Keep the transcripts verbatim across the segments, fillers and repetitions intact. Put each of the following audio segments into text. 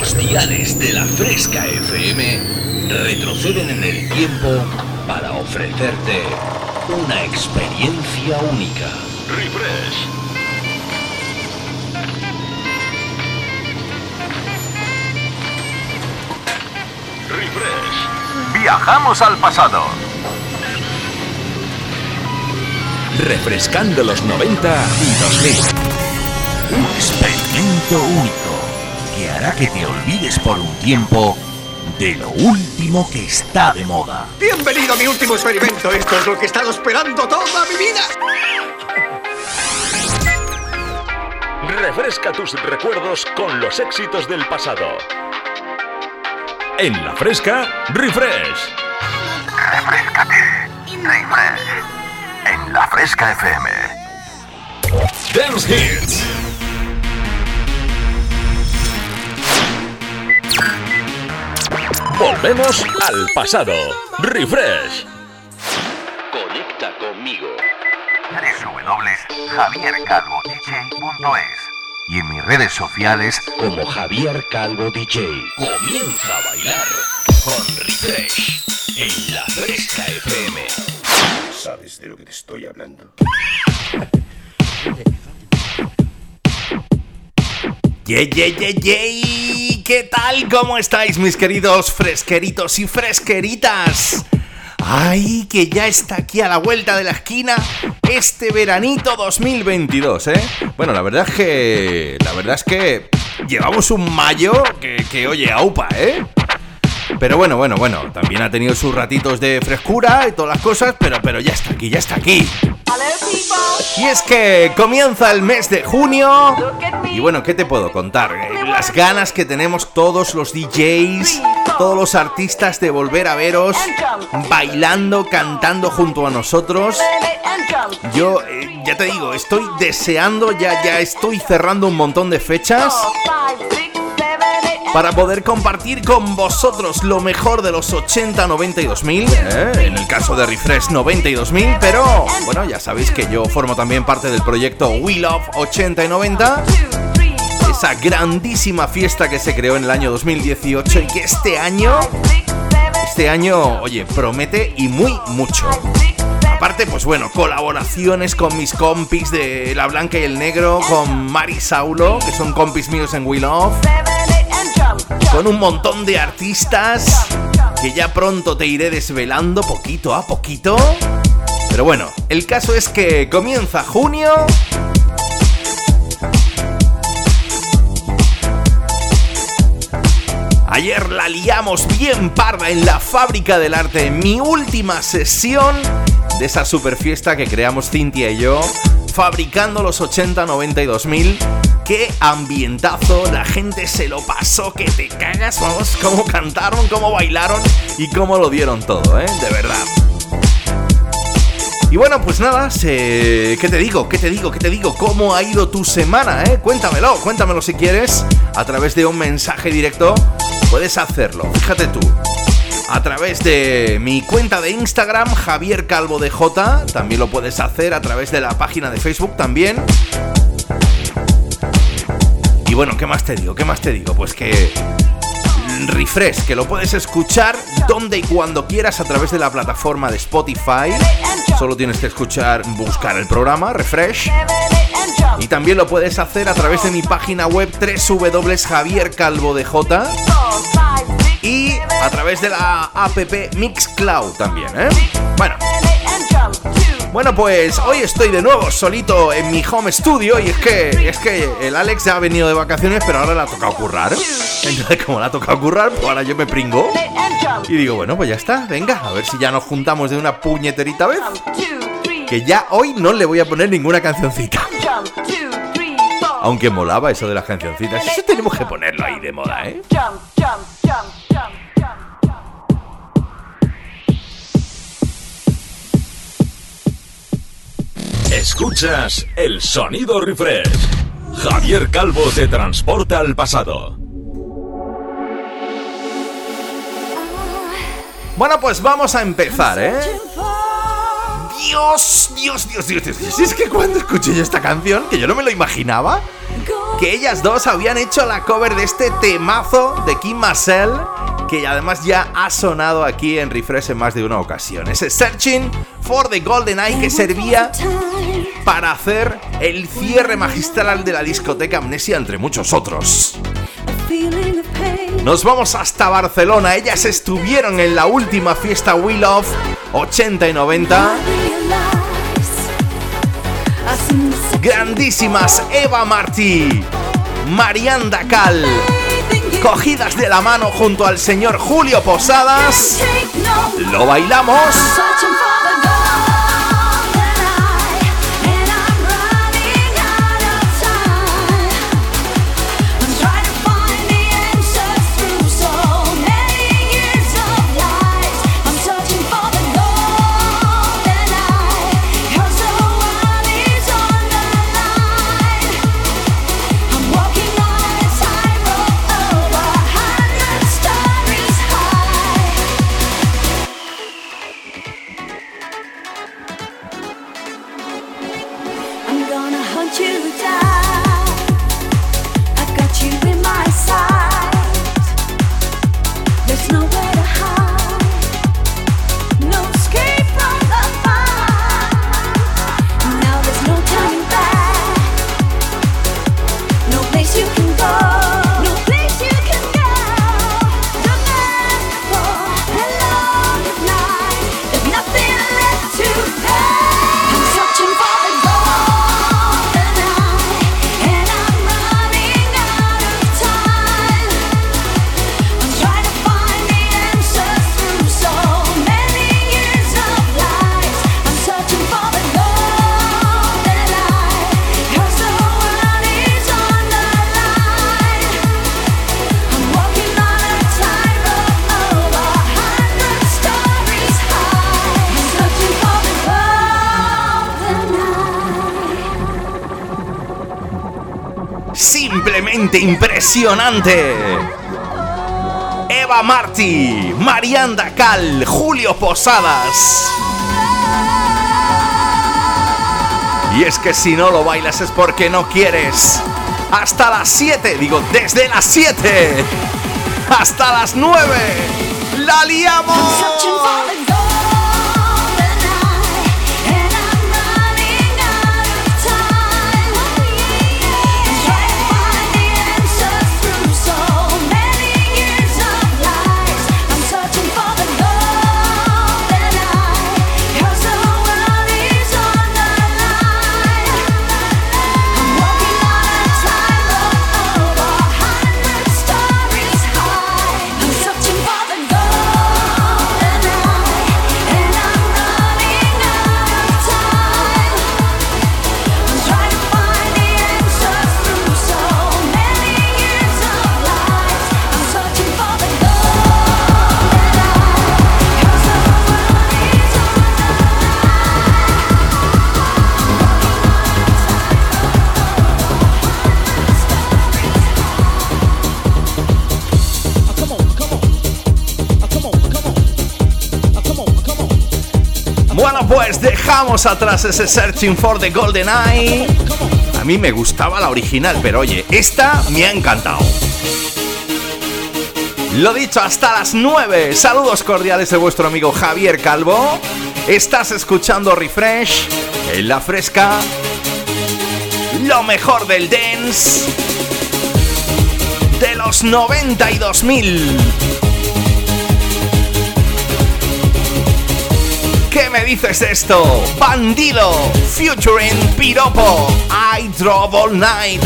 Los diales de la Fresca F M retroceden en el tiempo para ofrecerte una experiencia única. Refresh. Refresh. Viajamos al pasado. Refrescando los noventa y dos mil. Un experimento único que hará que te olvides por un tiempo de lo último que está de moda. Bienvenido a mi último experimento. Esto es lo que he estado esperando toda mi vida. Refresca tus recuerdos con los éxitos del pasado. En La Fresca, Refresh. Refrescate. Refresh. En La Fresca F M. Dance Hits. Volvemos al pasado. Refresh. Conecta conmigo. doble u doble u doble u punto javier calvo d j punto es y en mis redes sociales como Javier Calvo D J. Comienza a bailar con Refresh en La Fresca F M. ¿Sabes de lo que te estoy hablando? ¡Yey, yey, yey, yey! ¿Qué tal? ¿Cómo estáis, mis queridos fresqueritos y fresqueritas? ¡Ay, que ya está aquí a la vuelta de la esquina este veranito dos mil veintidós, eh! Bueno, la verdad es que... La verdad es que... Llevamos un mayo que, que oye, aupa, ¿eh? Pero bueno, bueno, bueno, también ha tenido sus ratitos de frescura y todas las cosas, pero, pero ya está aquí, ya está aquí. Y es que comienza el mes de junio y bueno, ¿qué te puedo contar? Las ganas que tenemos todos los D Js, todos los artistas de volver a veros bailando, cantando junto a nosotros. Yo, eh, ya te digo, estoy deseando, ya, ya estoy cerrando un montón de fechas para poder compartir con vosotros lo mejor de los ochenta, noventa y dos mil, ¿eh? En el caso de Refresh noventa y dos mil, pero bueno, ya sabéis que yo formo también parte del proyecto We Love ochenta y noventa, esa grandísima fiesta que se creó en el año dos mil dieciocho y que este año, este año, oye, promete y muy mucho. Aparte, pues bueno, colaboraciones con mis compis de La Blanca y el Negro, con Mari Saulo, que son compis míos en We Love, con un montón de artistas que ya pronto te iré desvelando poquito a poquito. Pero bueno, el caso es que comienza junio. Ayer la liamos bien parda en la Fábrica del Arte, mi última sesión de esa super fiesta que creamos Cintia y yo, fabricando los ochenta, noventa y dos mil. ¡Qué ambientazo! La gente se lo pasó que te cagas, vamos, cómo cantaron, cómo bailaron y cómo lo dieron todo, ¿eh? De verdad. Y bueno, pues nada, se... ¿qué te digo? ¿Qué te digo? ¿Qué te digo? ¿Cómo ha ido tu semana, eh? Cuéntamelo, cuéntamelo si quieres, a través de un mensaje directo. Puedes hacerlo, fíjate tú, a través de mi cuenta de Instagram, Javier Calvo D J. También lo puedes hacer a través de la página de Facebook también. Y bueno, ¿qué más te digo? ¿Qué más te digo? Pues que Refresh, que lo puedes escuchar donde y cuando quieras a través de la plataforma de Spotify. Solo tienes que escuchar, buscar el programa, Refresh. Y también lo puedes hacer a través de mi página web doble u doble u doble u punto javier calvo d j y a través de la app Mixcloud también, ¿eh? Bueno. Bueno, pues hoy estoy de nuevo solito en mi home studio y es que es que el Alex ya ha venido de vacaciones, pero ahora le ha tocado currar. Entonces, como le ha tocado currar, pues ahora yo me pringo y digo, bueno, pues ya está, venga, a ver si ya nos juntamos de una puñeterita vez. Que ya hoy no le voy a poner ninguna cancioncita. Aunque molaba eso de las cancioncitas. Eso tenemos que ponerlo ahí de moda, ¿eh? Escuchas el sonido Refresh. Javier Calvo te transporta al pasado. Bueno, pues vamos a empezar, ¿eh? Dios, Dios, Dios, Dios, Dios. Si es que cuando escuché yo esta canción, que yo no me lo imaginaba, que ellas dos habían hecho la cover de este temazo de Kim Marcel, que además ya ha sonado aquí en Refresh en más de una ocasión. Ese Searching for the Golden Eye que servía para hacer el cierre magistral de la discoteca Amnesia, entre muchos otros. Nos vamos hasta Barcelona. Ellas estuvieron en la última fiesta We Love ochenta y noventa. Grandísimas Eva Martí, Marianne Dacal, cogidas de la mano junto al señor Julio Posadas. Lo bailamos. Simplemente impresionante. Eva Martí, Marianne Dacal, Julio Posadas. Y es que si no lo bailas es porque no quieres. Hasta las siete, digo, desde las siete hasta las nueve, ¡la liamos! Bueno, pues dejamos atrás ese Searching for the Golden Eye. A mí me gustaba la original, pero oye, esta me ha encantado. Lo dicho, hasta las nueve. Saludos cordiales de vuestro amigo Javier Calvo. Estás escuchando Refresh en La Fresca. Lo mejor del dance de los noventa y dos mil. ¿Qué me dices de esto? Bandido, featuring Piropo, I Drove All Night.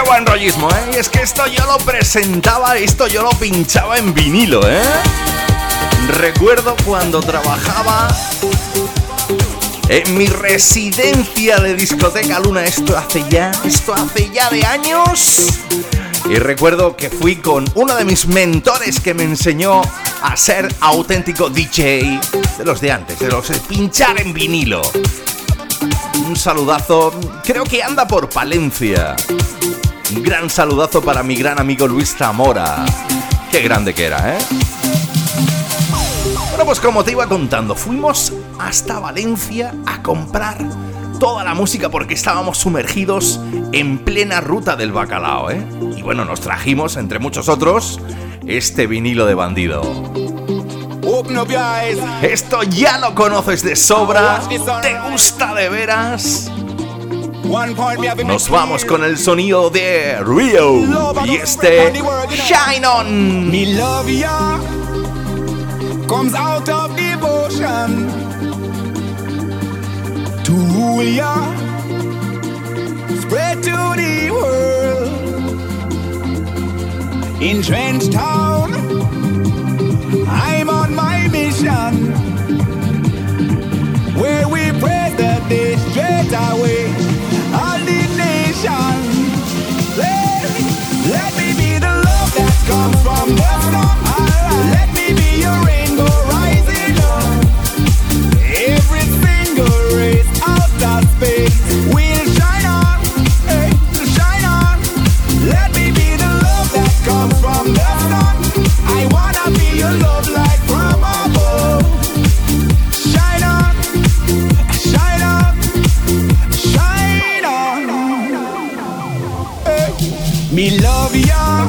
buen rollismo, ¿eh? Y es que esto yo lo presentaba, esto yo lo pinchaba en vinilo, ¿eh? Recuerdo cuando trabajaba en mi residencia de Discoteca Luna, esto hace ya, esto hace ya de años. Y recuerdo que fui con uno de mis mentores que me enseñó a ser auténtico D J, de los de antes, de los de pinchar en vinilo. Un saludazo, creo que anda por Palencia. Un gran saludazo para mi gran amigo Luis Zamora. Qué grande que era, ¿eh? Bueno, pues como te iba contando, fuimos hasta Valencia a comprar toda la música porque estábamos sumergidos en plena ruta del bacalao, ¿eh? Y bueno, nos trajimos, entre muchos otros, este vinilo de Bandido. Esto ya lo conoces de sobra, te gusta de veras. Nos vamos con el sonido de Rio y este Shine On. Me love ya comes out of devotion to rule ya, spread to the world. In Trench Town, I'm on my mission, where we praise the day straight away. All the nation, let, let me be the love that comes from the sun. Right. Let me be your rainbow rising up. Every single race out of space will shine on, hey, shine on. Let me be the love that comes from the sun. I wanna be your love light from above. Shine on, shine on, shine on. Hey. Me love ya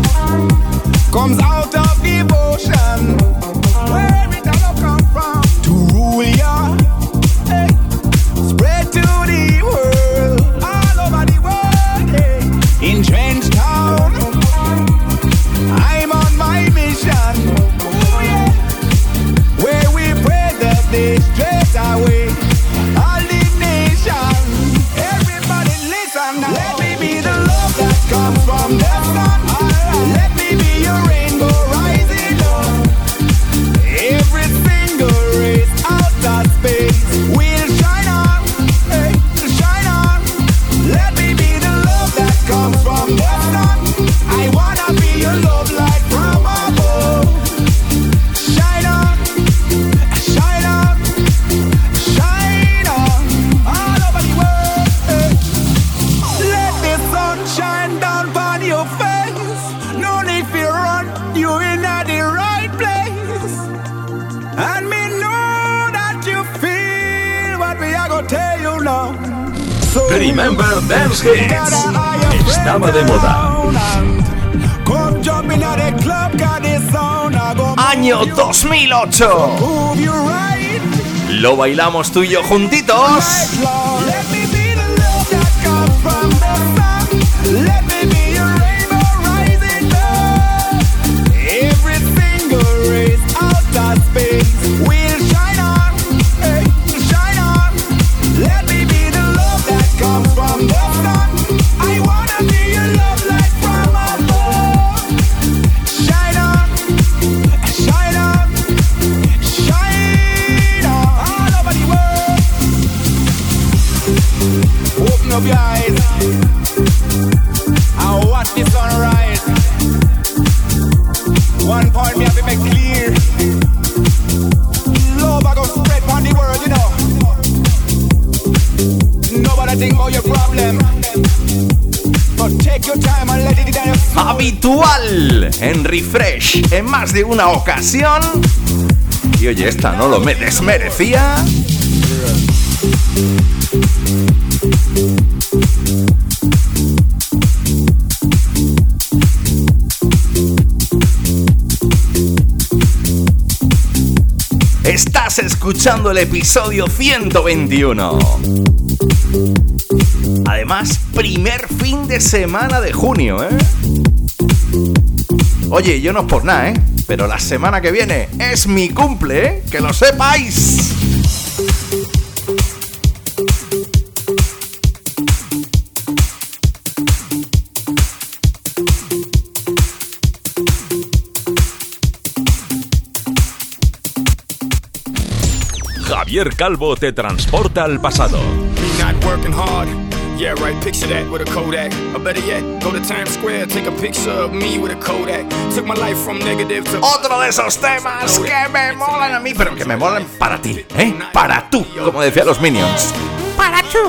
comes out of devotion, where it all come from, to rule ya, hey. Spread to the world, all over the world, hey. In Trench Town, I'm on my mission, ooh, yeah. Where we pray the day straight away. All the nation, everybody listen now. Let me be the love that comes from the sun. Right. Let me be your rainbow rising up. Every single race out of space will shine on, hey, shine on. Let me be the love that comes from the sun. I wanna be your love light from above. Shine on, shine on, shine on, all over the world, hey. Let the sun shine down on your face. No need for run, you in at the right place. And me know that you feel what we are gonna tell you now. So Remember Dance Hits. Estaba de moda. come jump in at the club, got this sound. I go Año dos mil ocho. move you right. Lo bailamos tú y yo juntitos. Let me be the love that comes from the sun. Let me be your rainbow rising up. Every single race out of space will shine on, hey, shine on. Let me be the love that comes from the sun. I wanna be your love light from above. Shine on, shine on, shine on, all over the world. Open up your eyes and watch the sunrise. One point me have to make clear. Love I go spread on the world, you know. Nobody think about your problem, but take your time and let it down your soul. Habitual en Refresh en más de una ocasión. Y oye, esta no lo me desmerecía. Estás escuchando el episodio ciento veintiuno. Además, primer fin de semana de junio, ¿eh? Oye, yo no es por nada, ¿eh? Pero la semana que viene es mi cumple, ¿eh? ¡Que lo sepáis! Javier Calvo te transporta al pasado. Yeah, right, picture that with a Kodak. Or better yet, go to Times Square, take a picture of me with a Kodak. Took my life from negative to... Otro de esos temas que me molan a mí, pero que me molan para ti, ¿eh? Para tú, como decían los Minions. Para tú.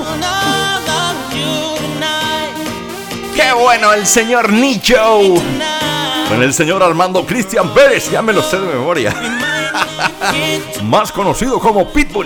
¡Qué bueno el señor Nicho! Con el señor Armando Cristian Pérez, ya me lo sé de memoria. Más conocido como Pitbull.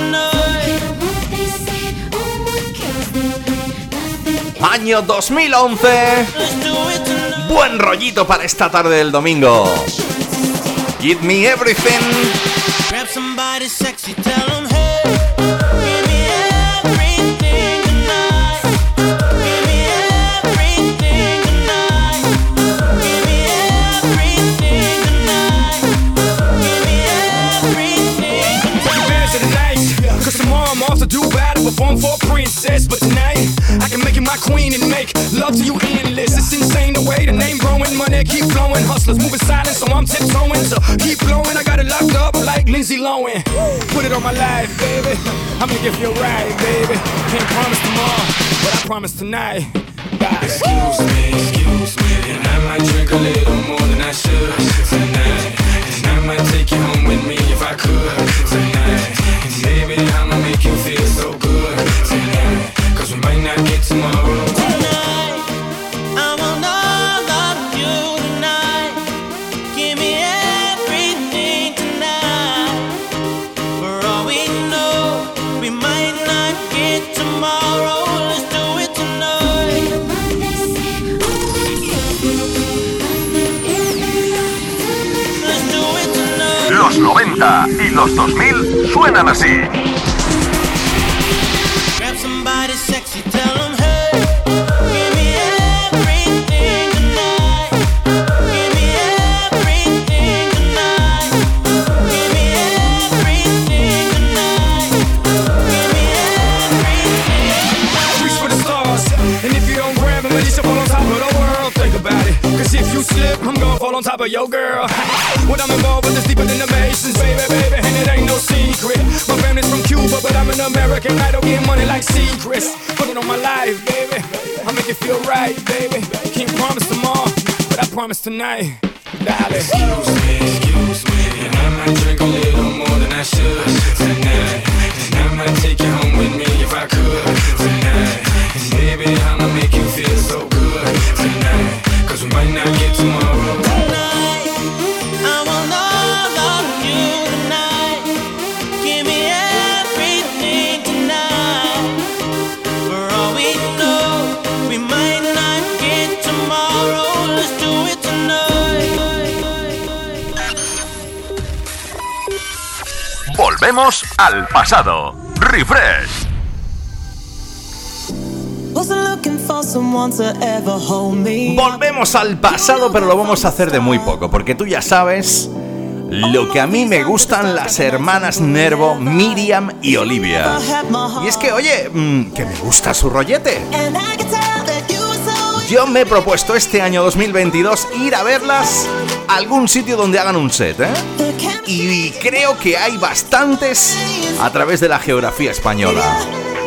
Año dos mil once. Buen rollito para esta tarde del domingo. Give me everything. Grab somebody sexy, tell them hey. Give me everything tonight. Give me everything tonight. Give me everything tonight. Give me everything tonight. tonight. Cause tomorrow I'm off to Dubai to perform for a princess. But tonight I can make you my queen and make love to you endless. It's insane the way the name growing, money keep flowing. Hustlers moving silent, so I'm tiptoeing. So keep blowing, I got it locked up like Lindsay Lohan. Put it on my life, baby. I'm gonna give you a ride, baby. Can't promise tomorrow, but I promise tonight. God. Excuse me, excuse me, and I might drink a little more than I should tonight. And I might take you home with me if I could tonight. And baby, I'ma make you feel so good tonight. Cause we might not get tomorrow. Tonight, I want all of you tonight. Give me everything tonight. For all we know, we might not get tomorrow. Let's do it tonight. Let's do it tonight. Los noventa y los dos mil suenan así. Grab somebody sexy, tell them hey. Give me everything tonight. Give me everything tonight. Give me everything tonight. Give me everything. Reach for the stars, and if you don't grab them, at least you'll fall on top of the world. Think about it, cause if you slip, I'm gonna fall on top of your girl. What I'm involved with is deeper than the Masons, baby, baby, and it ain't no secret. My family's from Cuba, but I'm an American. I don't get money like secrets. Put it on my life, baby. I'll make it feel right, baby. Can't promise tomorrow, but I promise tonight, darling. Excuse me, excuse me, and I might drink a little more than I should tonight. And I might take you home with me if I could tonight. And baby, I'ma make you feel so good tonight. Cause we might not get tomorrow. Tonight, I want all of you tonight. Give me everything tonight. For all we know, we might not get tomorrow. Let's do it tonight. Volvemos al pasado. Refresh. Volvemos al pasado, pero lo vamos a hacer de muy poco, porque tú ya sabes lo que a mí me gustan las hermanas Nervo, Miriam y Olivia. Y es que, oye, que me gusta su rollete. Yo me he propuesto este año dos mil veintidós ir a verlas a algún sitio donde hagan un set, ¿eh? Y creo que hay bastantes a través de la geografía española.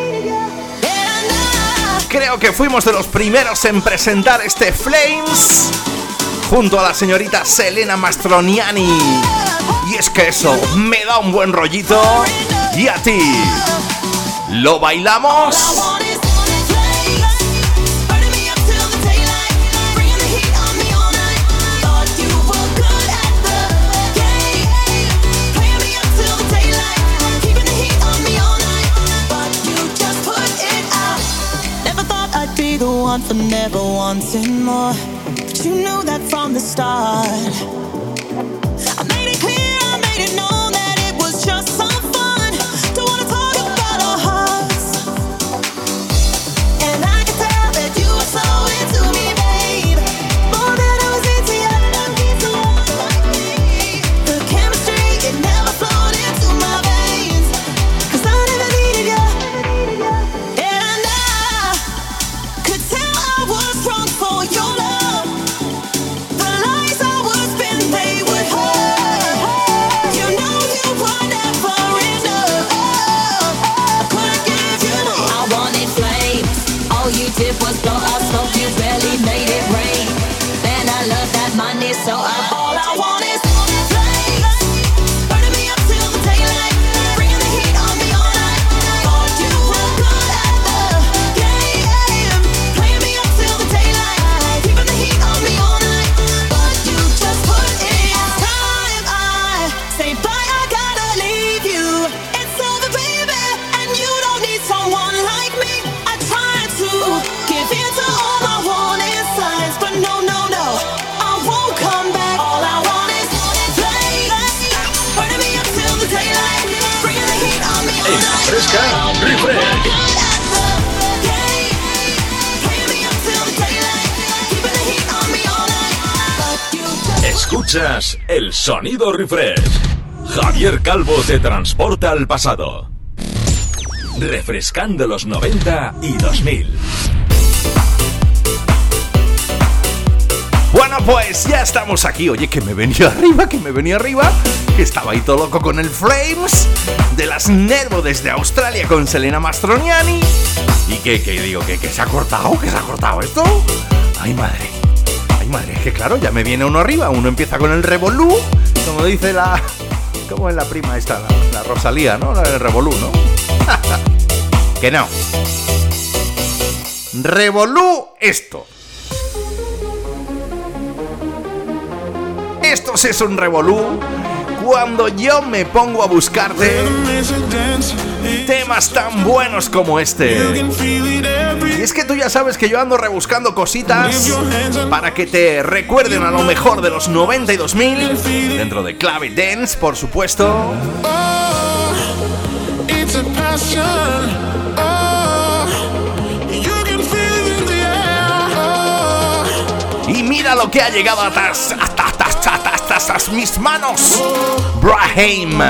Creo que fuimos de los primeros en presentar este Flames junto a la señorita Selena Mastroniani. Y es que eso me da un buen rollito. ¿Y a ti? ¿Lo bailamos? The one for never wanting more, but you knew that from the start. I made it clear, I made it known that it was just some fun. Don't wanna talk about our hearts, and I can tell that you were so into me, babe, more than I was into you. The chemistry, it never flowed into my veins, cause I never needed you. Wrong for your love, the lies I was spinning. fear to all I want is silence, but no, no, no, I won't come back. All I want is play, burning me up till the daylight, bringing the heat on me all night. Fresca, refresh. Escuchas el sonido refresh. Javier Calvo te transporta al pasado, refrescando los noventa y dos mil. Bueno, pues ya estamos aquí. Oye, que me venía arriba, que me venía arriba. Que estaba ahí todo loco con el Flames de las Nervo desde Australia con Selena Mastroniani. Y que, que digo, que, que se ha cortado, que se ha cortado esto. Ay, madre. Ay, madre, es que claro, ya me viene uno arriba. Uno empieza con el revolú, como dice la... como es la prima esta, la, la Rosalía, ¿no? La del revolú, ¿no? Que no. Revolú esto. Esto sí es un revolú. Cuando yo me pongo a buscarte temas tan buenos como este. Y es que tú ya sabes que yo ando rebuscando cositas para que te recuerden a lo mejor de los noventa y dos mil, dentro de Clave Dance, por supuesto. Y mira lo que ha llegado hasta, hasta, hasta, hasta, hasta, hasta mis manos. Brahim.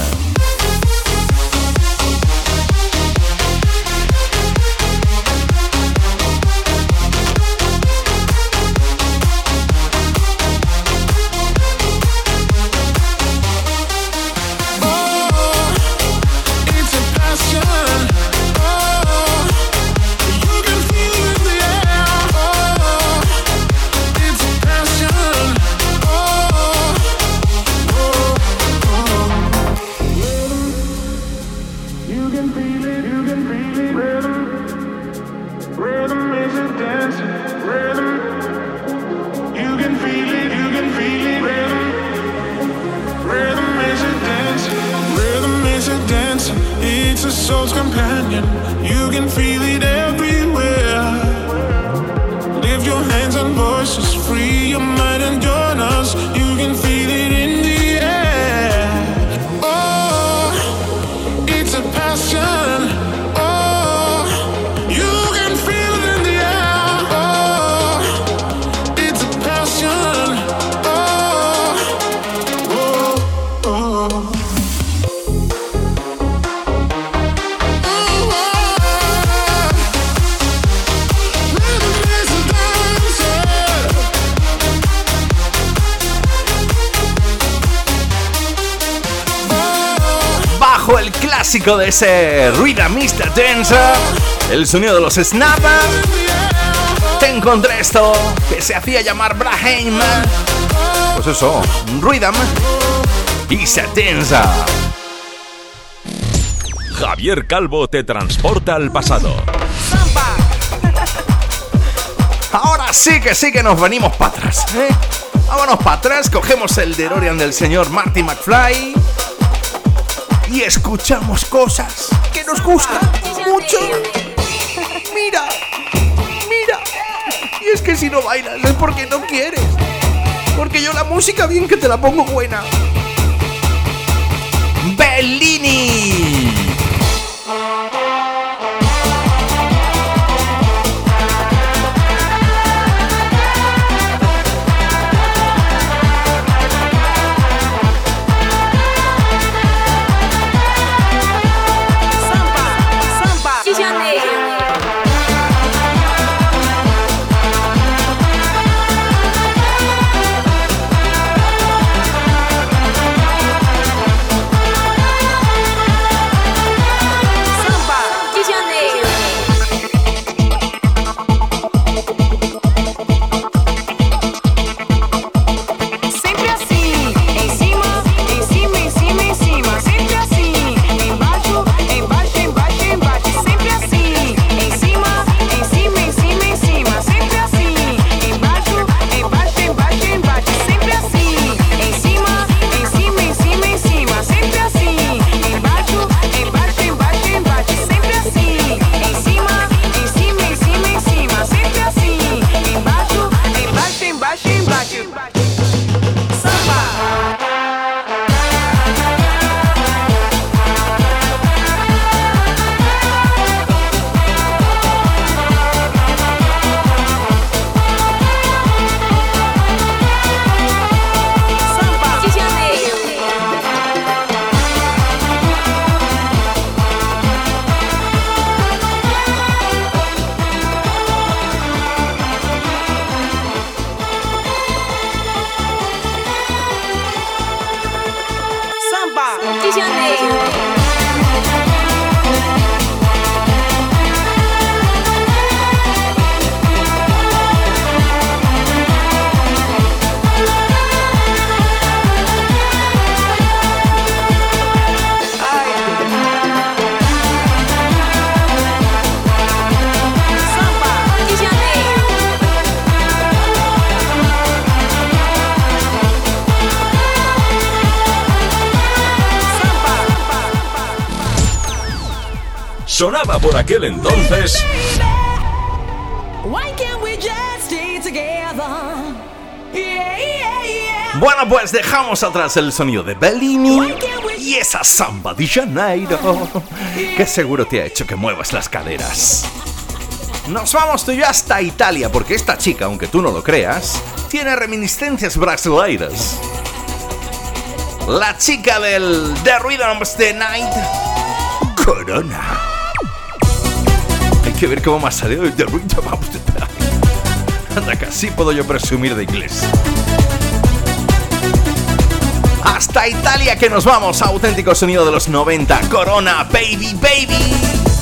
Clásico de ese Rhythm mister Dance, el sonido de los Snap. Te encontré esto que se hacía llamar Brahim. Pues eso, Rhythm mister Dance. Javier Calvo te transporta al pasado. Ahora sí que sí que nos venimos para atrás, ¿eh? Vámonos para atrás, cogemos el DeLorean del señor Marty McFly y escuchamos cosas que nos gustan mucho. Mira, mira. Y es que si no bailas es porque no quieres. Porque yo la música bien que te la pongo buena. Bellini. sonaba por aquel entonces. Why can't we just stay together? Yeah, yeah, yeah. Bueno, pues dejamos atrás el sonido de Bellini y esa samba de Janeiro, que seguro te ha hecho que muevas las caderas. Nos vamos tú y yo hasta Italia, porque esta chica, aunque tú no lo creas, tiene reminiscencias brasileiras. La chica del The Rhythm of the Night, Corona. Hay que ver cómo me ha salido el The Rhythm of the Night. Anda, casi puedo yo presumir de inglés. Hasta Italia que nos vamos, auténtico sonido de los noventa, Corona, baby, baby.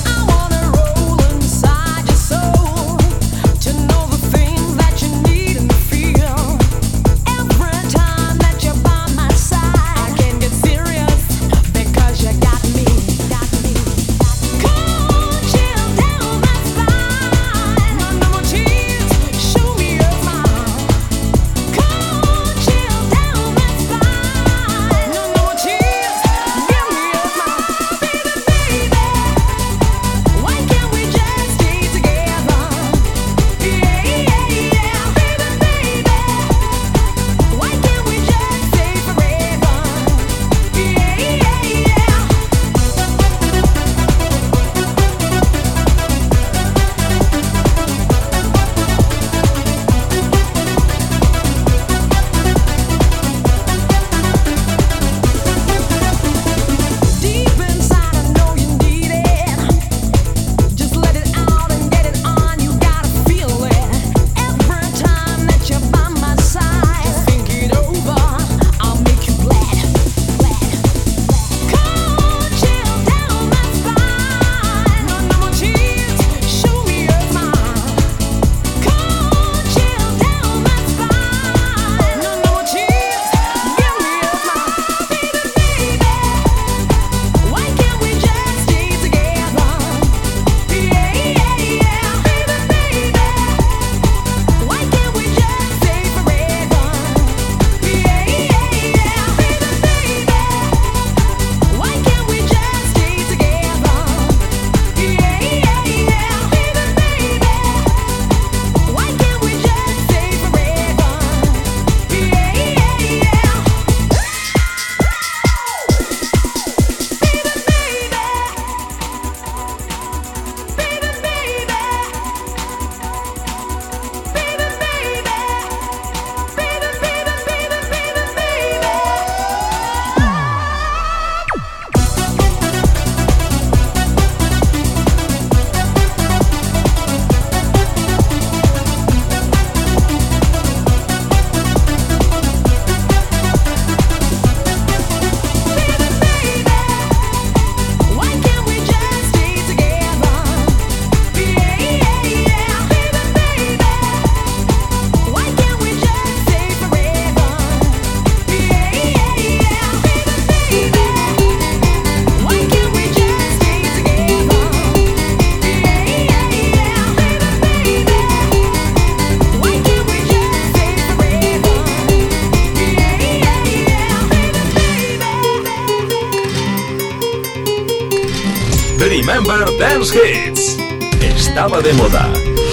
Remember Dance Hits. Estaba de moda.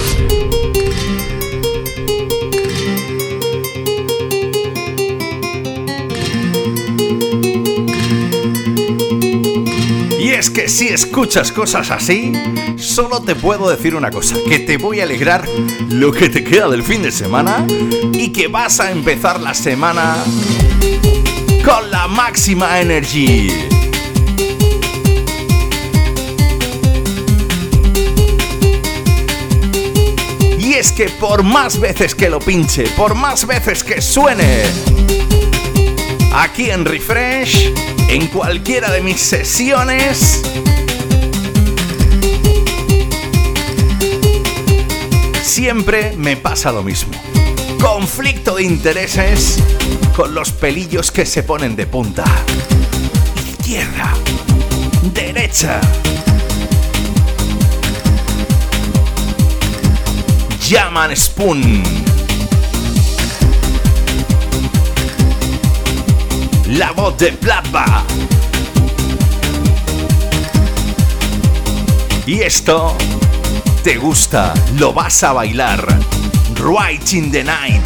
Y es que si escuchas cosas así, solo te puedo decir una cosa, que te voy a alegrar lo que te queda del fin de semana y que vas a empezar la semana con la máxima energy. Y es que por más veces que lo pinche, por más veces que suene aquí en Refresh, en cualquiera de mis sesiones, siempre me pasa lo mismo. Conflicto de intereses con los pelillos que se ponen de punta. Izquierda, derecha. Llaman Spoon. La voz de Platba. Y esto te gusta, lo vas a bailar. Right in the Night.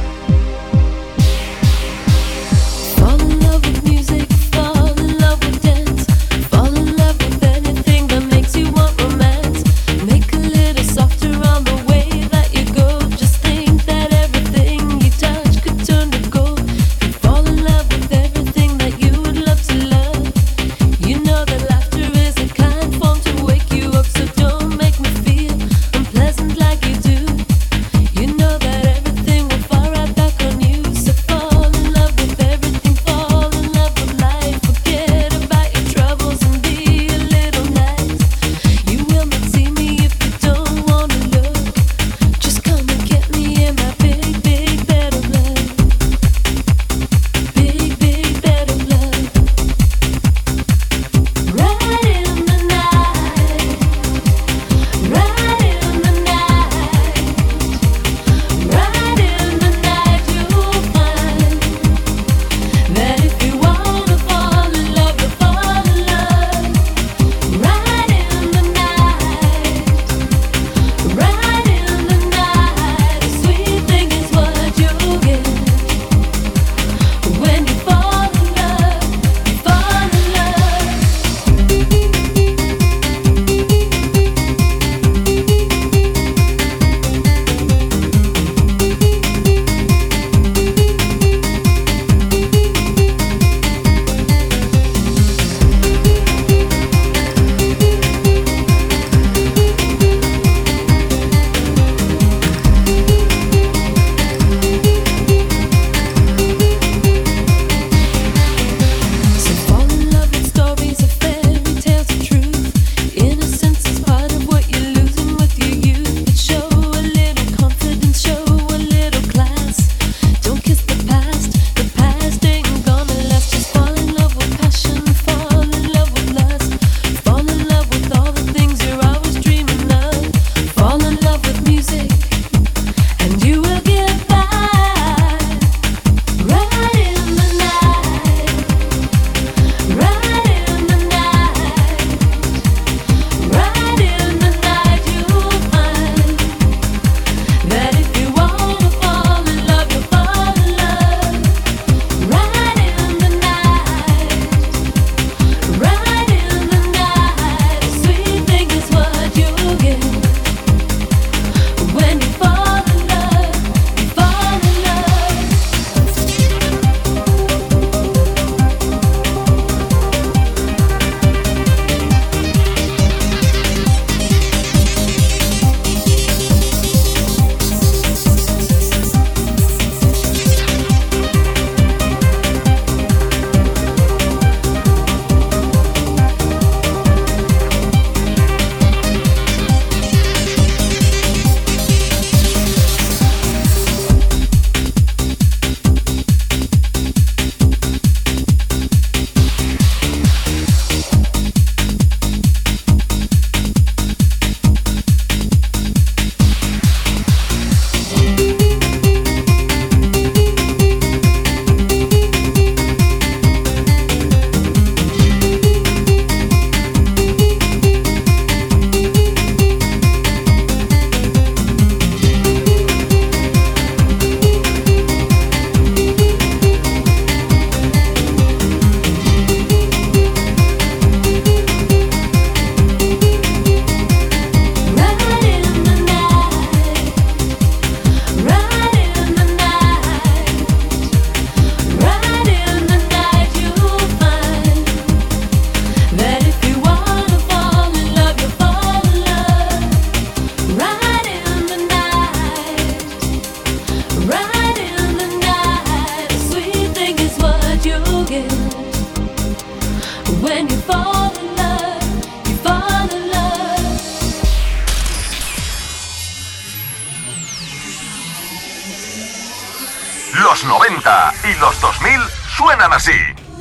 Los noventa y los dos mil suenan así.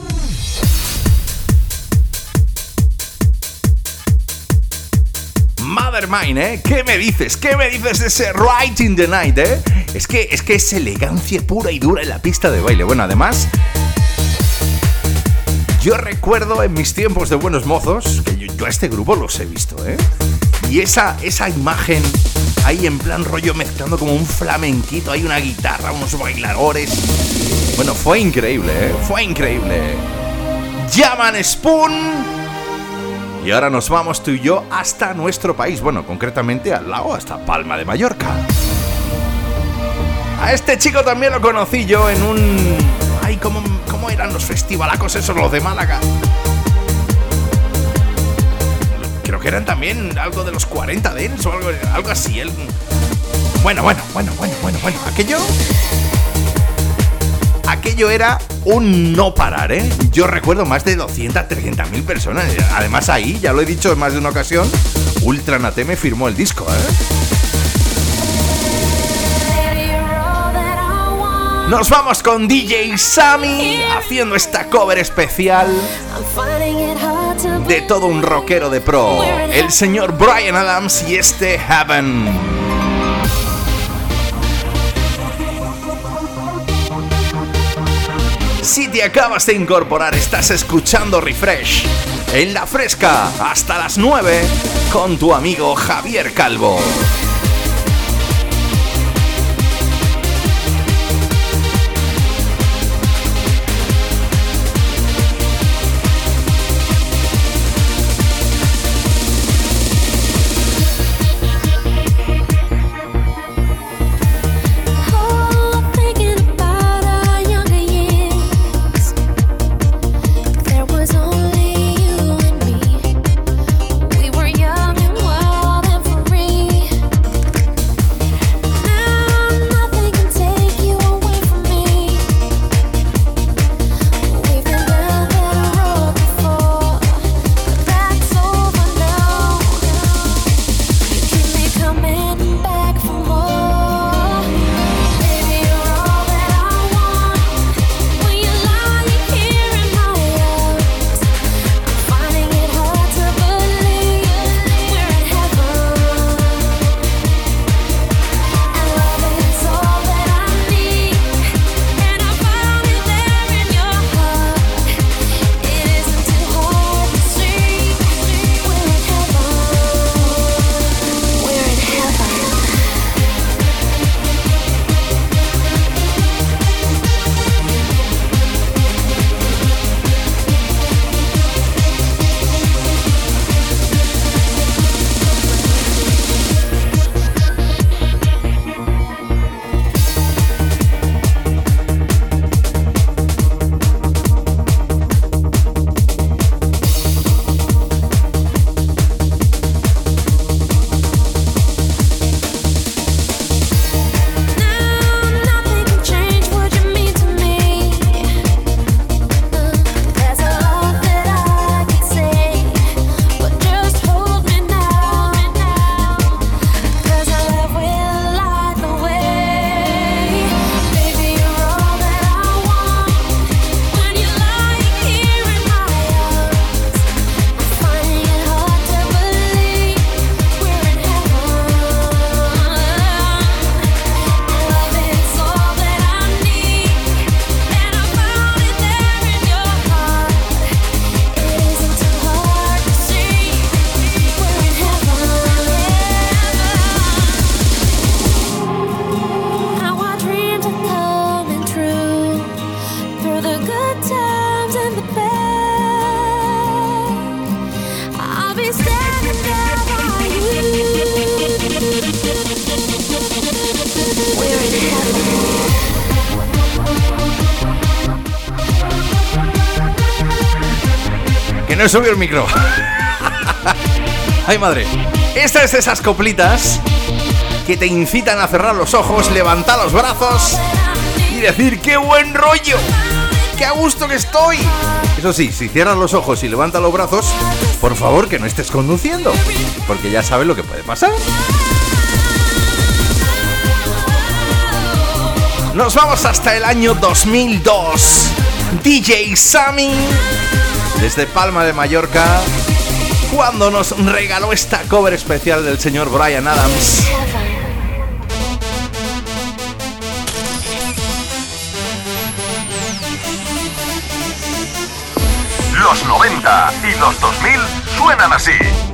Mother Mine, ¿eh? ¿Qué me dices? ¿Qué me dices de ese Right in the Night, eh? Es que, es que es elegancia pura y dura en la pista de baile. Bueno, además, Yo recuerdo en mis tiempos de buenos mozos que yo, yo a este grupo los he visto, ¿eh? Y esa, esa imagen ahí en plan rollo mezclando como un flamenquito, hay una guitarra, unos bailadores. Bueno, fue increíble, ¿eh? Fue increíble. Llaman Spoon. Y ahora nos vamos tú y yo hasta nuestro país. Bueno, concretamente al lado, hasta Palma de Mallorca. A este chico también lo conocí yo en un... Ay, ¿cómo, cómo eran los festivalacos esos, los de Málaga? Creo que eran también algo de los cuarenta Dance o algo, algo así. El... Bueno, bueno, bueno, bueno, bueno, bueno. Aquello... Aquello era un no parar, ¿eh? Yo recuerdo más de doscientas, trescientas mil personas. Además ahí, ya lo he dicho en más de una ocasión, Ultra Nateme firmó el disco, ¿eh? Nos vamos con D J Sammy haciendo esta cover especial de todo un rockero de pro, el señor Bryan Adams y este Heaven. Si te acabas de incorporar, estás escuchando Refresh en La Fresca hasta las nueve con tu amigo Javier Calvo. No he subido el micro. Ay, madre. Esta es de esas coplitas que te incitan a cerrar los ojos, levantar los brazos y decir ¡qué buen rollo! ¡Qué a gusto que estoy! Eso sí, si cierras los ojos y levantas los brazos, por favor que no estés conduciendo, porque ya sabes lo que puede pasar. Nos vamos hasta el año dos mil dos. D J Sammy, desde Palma de Mallorca, cuando nos regaló esta cover especial del señor Bryan Adams. Los noventa y los dos mil suenan así.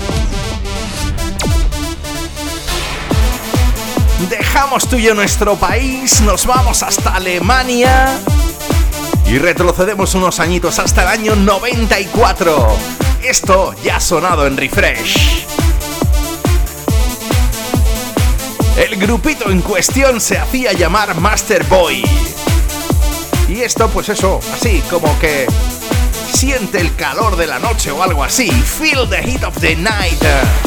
Dejamos tuyo nuestro país, nos vamos hasta Alemania y retrocedemos unos añitos hasta el año noventa y cuatro. Esto ya ha sonado en Refresh. El grupito en cuestión se hacía llamar Master Boy. Y esto, pues eso, así como que siente el calor de la noche o algo así. Feel the heat of the night.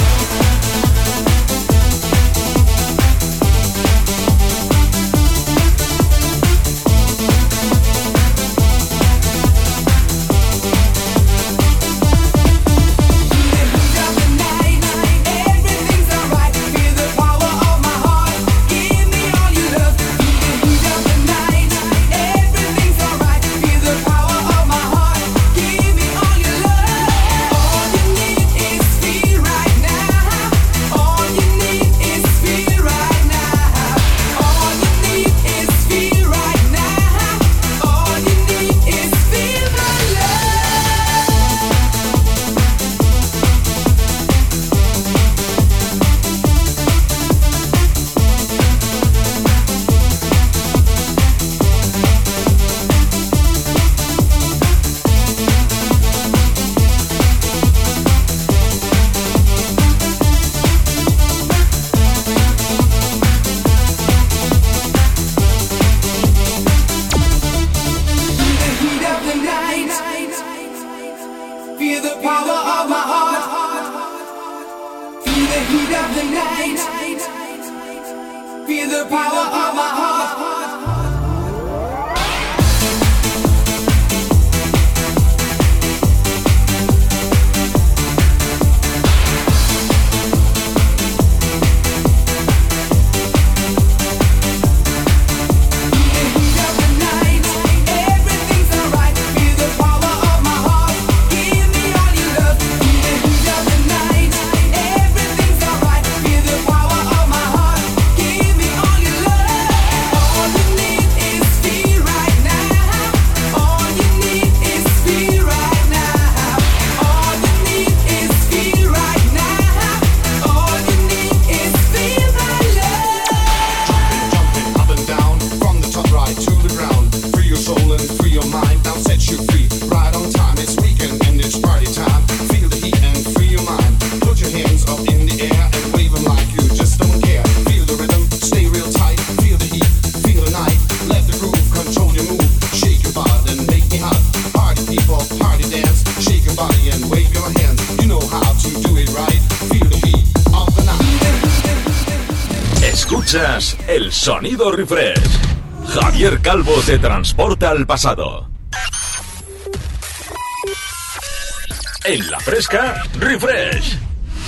Escuchas el sonido Refresh. Javier Calvo te transporta al pasado. En la fresca, Refresh.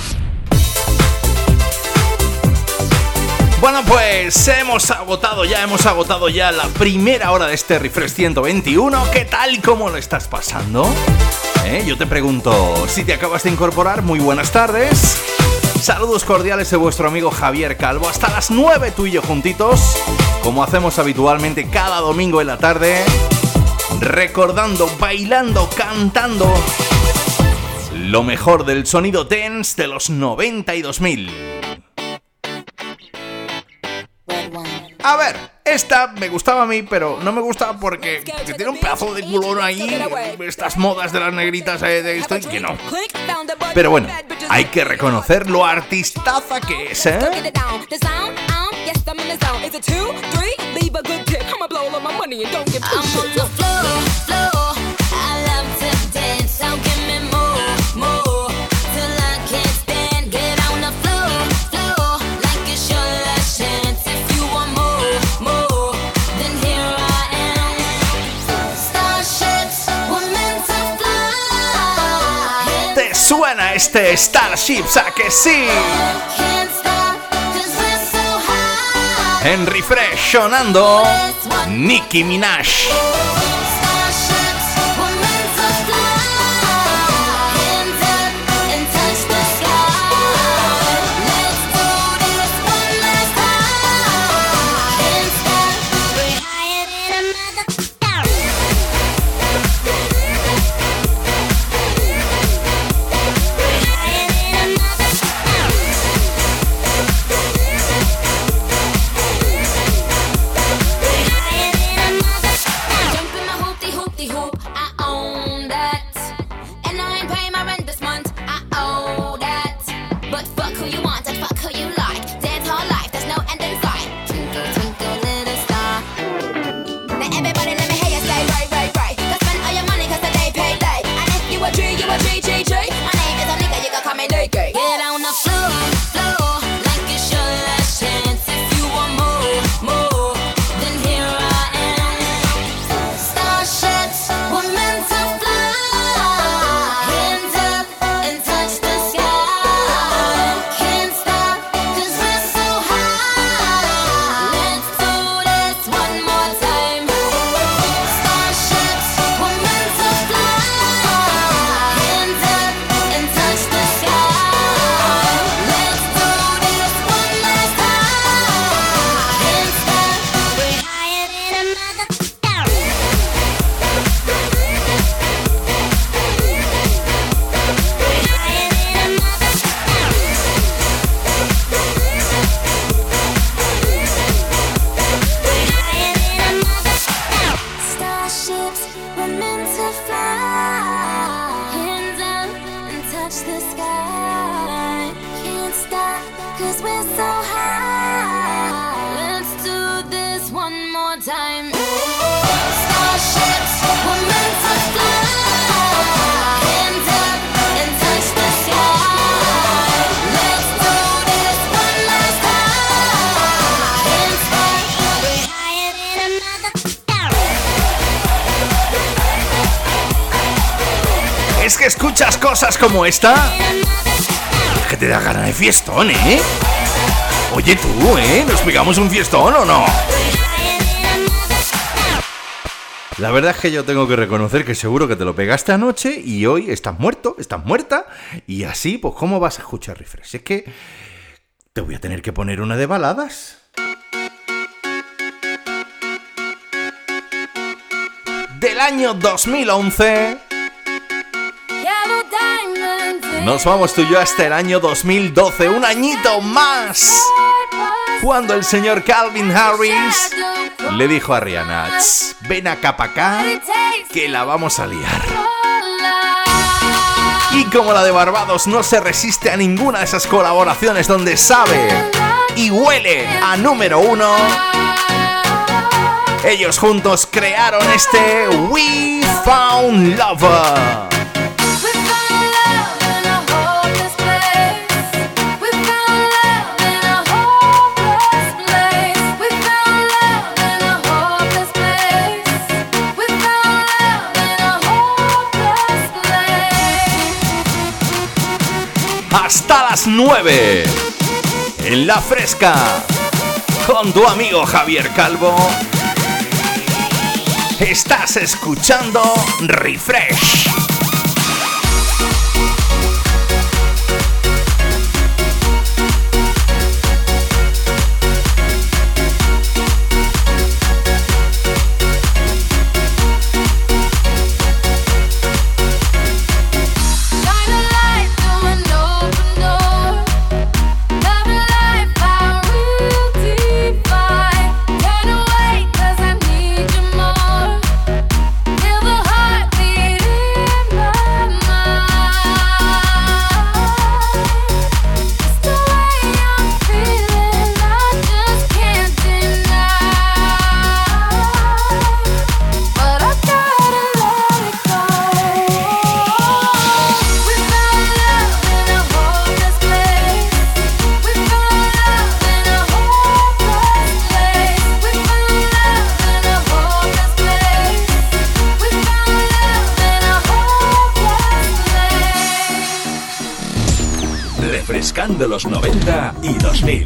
Bueno, pues hemos agotado ya, hemos agotado ya la primera hora de este Refresh ciento veintiuno. ¿Qué tal y cómo lo estás pasando? ¿Eh? Yo te pregunto, si te acabas de incorporar, muy buenas tardes. Saludos cordiales de vuestro amigo Javier Calvo. Hasta las nueve tú y yo juntitos, como hacemos habitualmente cada domingo en la tarde, recordando, bailando, cantando lo mejor del sonido dance de los noventa y dos mil. A ver, esta me gustaba a mí, pero no me gusta porque que tiene un pedazo de culón ahí, estas modas de las negritas eh, de esto y que no. Pero bueno, hay que reconocer lo artistaza que es, ¿eh? Suena este Starships, ¿a que sí? En Refresh sonando Nicki Minaj. time. Starships were meant to fly. Hands up and touch the sky. Let's do this one last time. Hands up, we're higher than a mother. Es que escuchas cosas como esta que te da ganas de fiestón, ¿eh? Oye tú, ¿eh? ¿Nos pegamos un fiestón o no? La verdad es que yo tengo que reconocer que seguro que te lo pegaste anoche y hoy estás muerto, estás muerta, y así, pues ¿cómo vas a escuchar Refresh? Es que te voy a tener que poner una de baladas. Del año dos mil once. Nos vamos tú y yo hasta el año dos mil doce, un añito más, cuando el señor Calvin Harris le dijo a Rihanna: ven acá pa' acá, que la vamos a liar. Y como la de Barbados no se resiste a ninguna de esas colaboraciones donde sabe y huele a número uno, ellos juntos crearon este We Found Love. Hasta las nueve en La Fresca con tu amigo Javier Calvo. Estás escuchando Refresh. De los noventa y dos mil.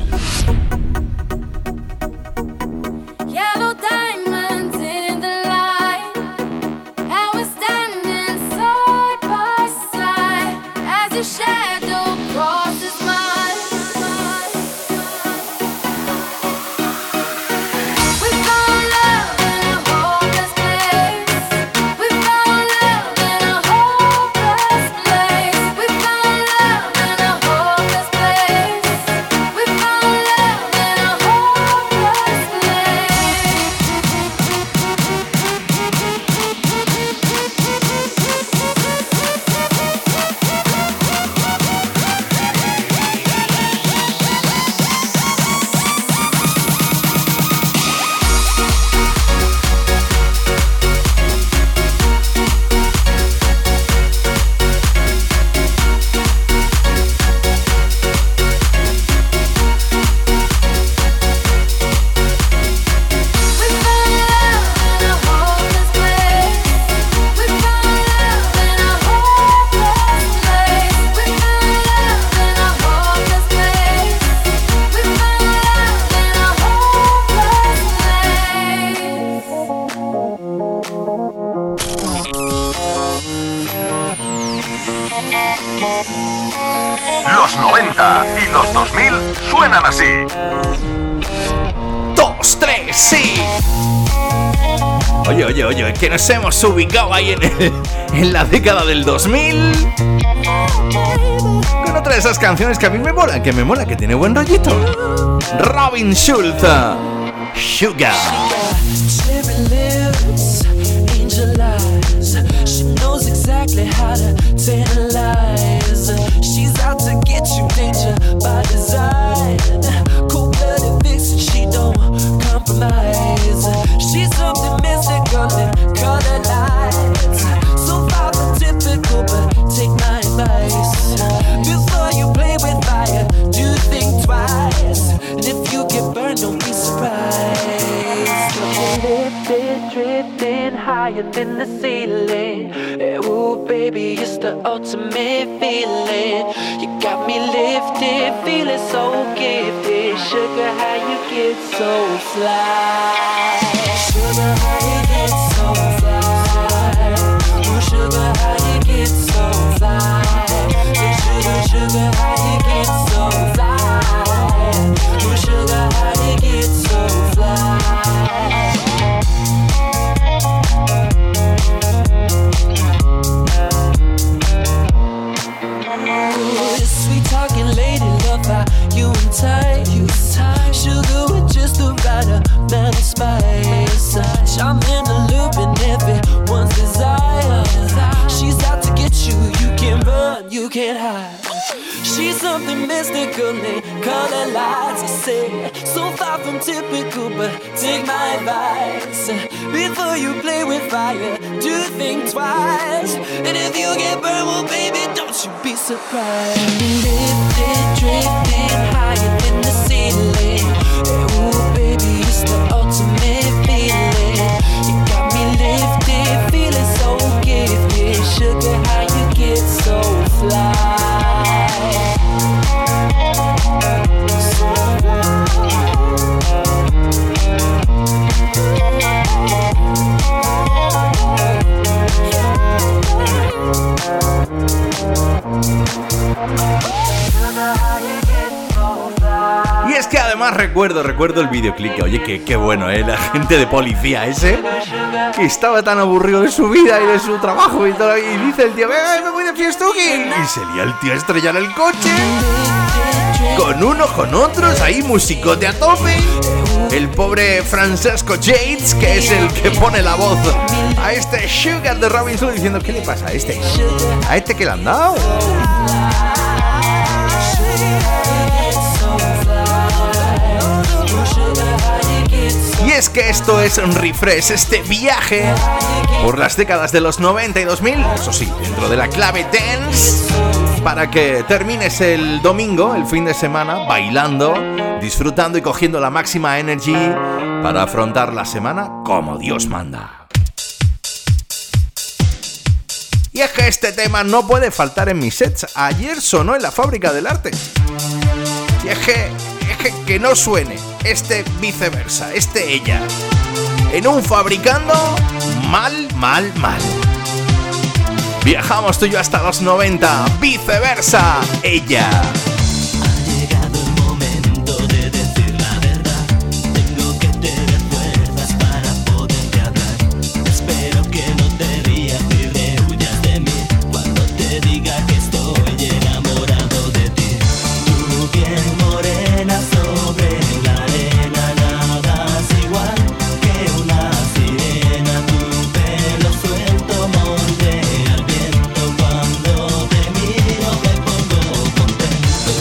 Los noventa y los dos mil suenan así. Dos, tres, sí. Oye, oye, oye, que nos hemos ubicado ahí en, el, en la década del dos mil con otra de esas canciones que a mí me mola, que me mola, que tiene buen rollito. Robin Schulz, Sugar. Exactly how to tantalize. She's out to get you, danger by design. Cold-blooded vixen, she don't compromise. She Lifted, drifting higher than the ceiling. Ooh, baby, it's the ultimate feeling. You got me lifted, feeling so gifted. Sugar, how you get so fly? Sugar, how you get so fly? Ooh, sugar, how you get so fly? Yeah, sugar, sugar, how you get so fly? Ooh, sugar, how you get so fly? Sweet talking lady, love how you and tight, you tight. Sugar with just the right amount of spice. I'm in the loop and everyone's desire. She's out to get you, you can't run, you can't hide. She's something mystical, they color lights. I say, so far from typical, but take my advice. Before you play with fire, do think twice. And if you get burned, well, baby, don't you be surprised. Lifted, drifting higher than the ceiling. Ooh, baby, it's the ultimate feeling. You got me lifted, feeling so gifted. Sugar, how you get so fly? Y es que además recuerdo, recuerdo el videoclip, que oye, que qué bueno, ¿eh? La gente de policía ese, que estaba tan aburrido de su vida y de su trabajo y todo, y dice el tío, venga, me voy de fiestuki, y se lía el tío a estrellar el coche, con unos, con otros, ahí musicote a tope. El pobre Francesco Yates, que es el que pone la voz a este Sugar de Robinson, diciendo, ¿qué le pasa a este? ¿A este que le han dado? Y es que esto es un refresh, este viaje por las décadas de los noventa y dos mil, eso sí, dentro de la clave dance, para que termines el domingo, el fin de semana, bailando, disfrutando y cogiendo la máxima energy para afrontar la semana como Dios manda. Y es que este tema no puede faltar en mis sets. Ayer sonó en la Fábrica del Arte. Y es que, es que, que no suene este viceversa, este ella. En un fabricando mal, mal, mal. Viajamos tú y yo hasta los noventa. Viceversa, ella. Cuando te miro te pongo contento.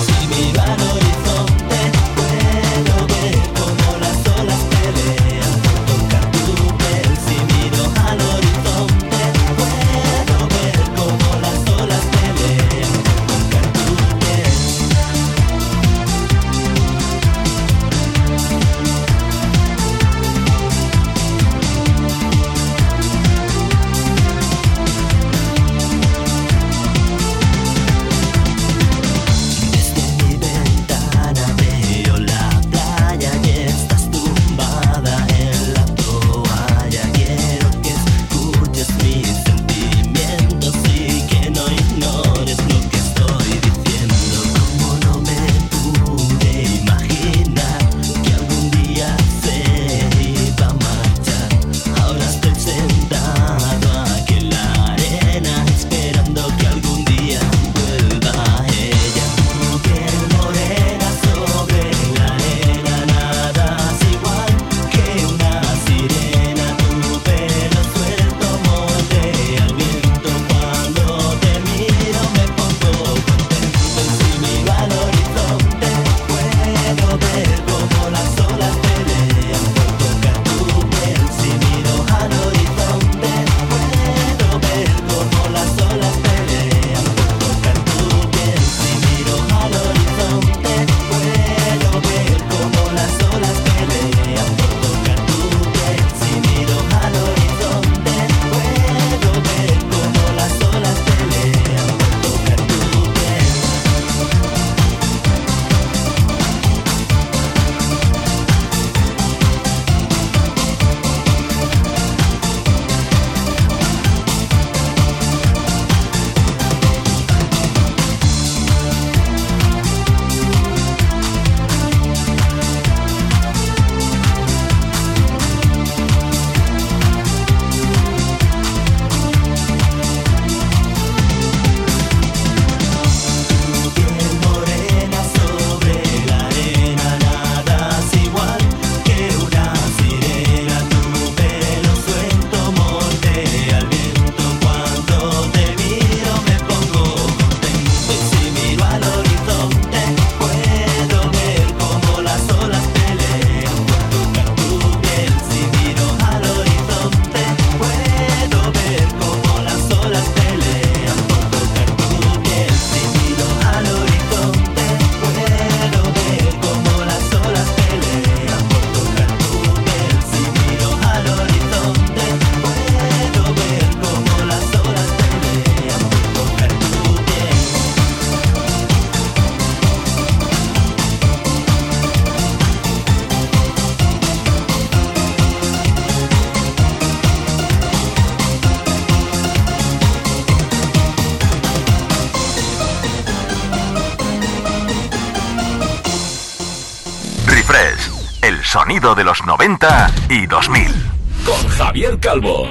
sonido de los noventa y dos mil. Con Javier Calvo.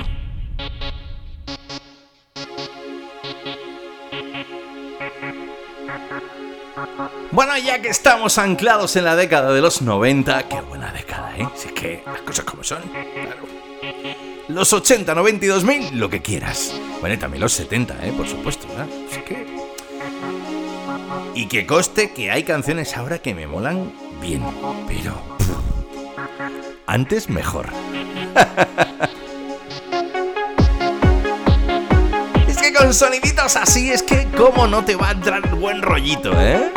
Bueno, ya que estamos anclados en la década de los noventa, qué buena década, ¿eh? Si es que las cosas como son, claro. Los ochenta, noventa y dos mil, lo que quieras. Bueno, y también los setenta, ¿eh? Por supuesto, ¿verdad? Así que... Y que conste que hay canciones ahora que me molan bien, pero... antes mejor. Es que con soniditos así es que cómo no te va a entrar buen rollito, ¿eh?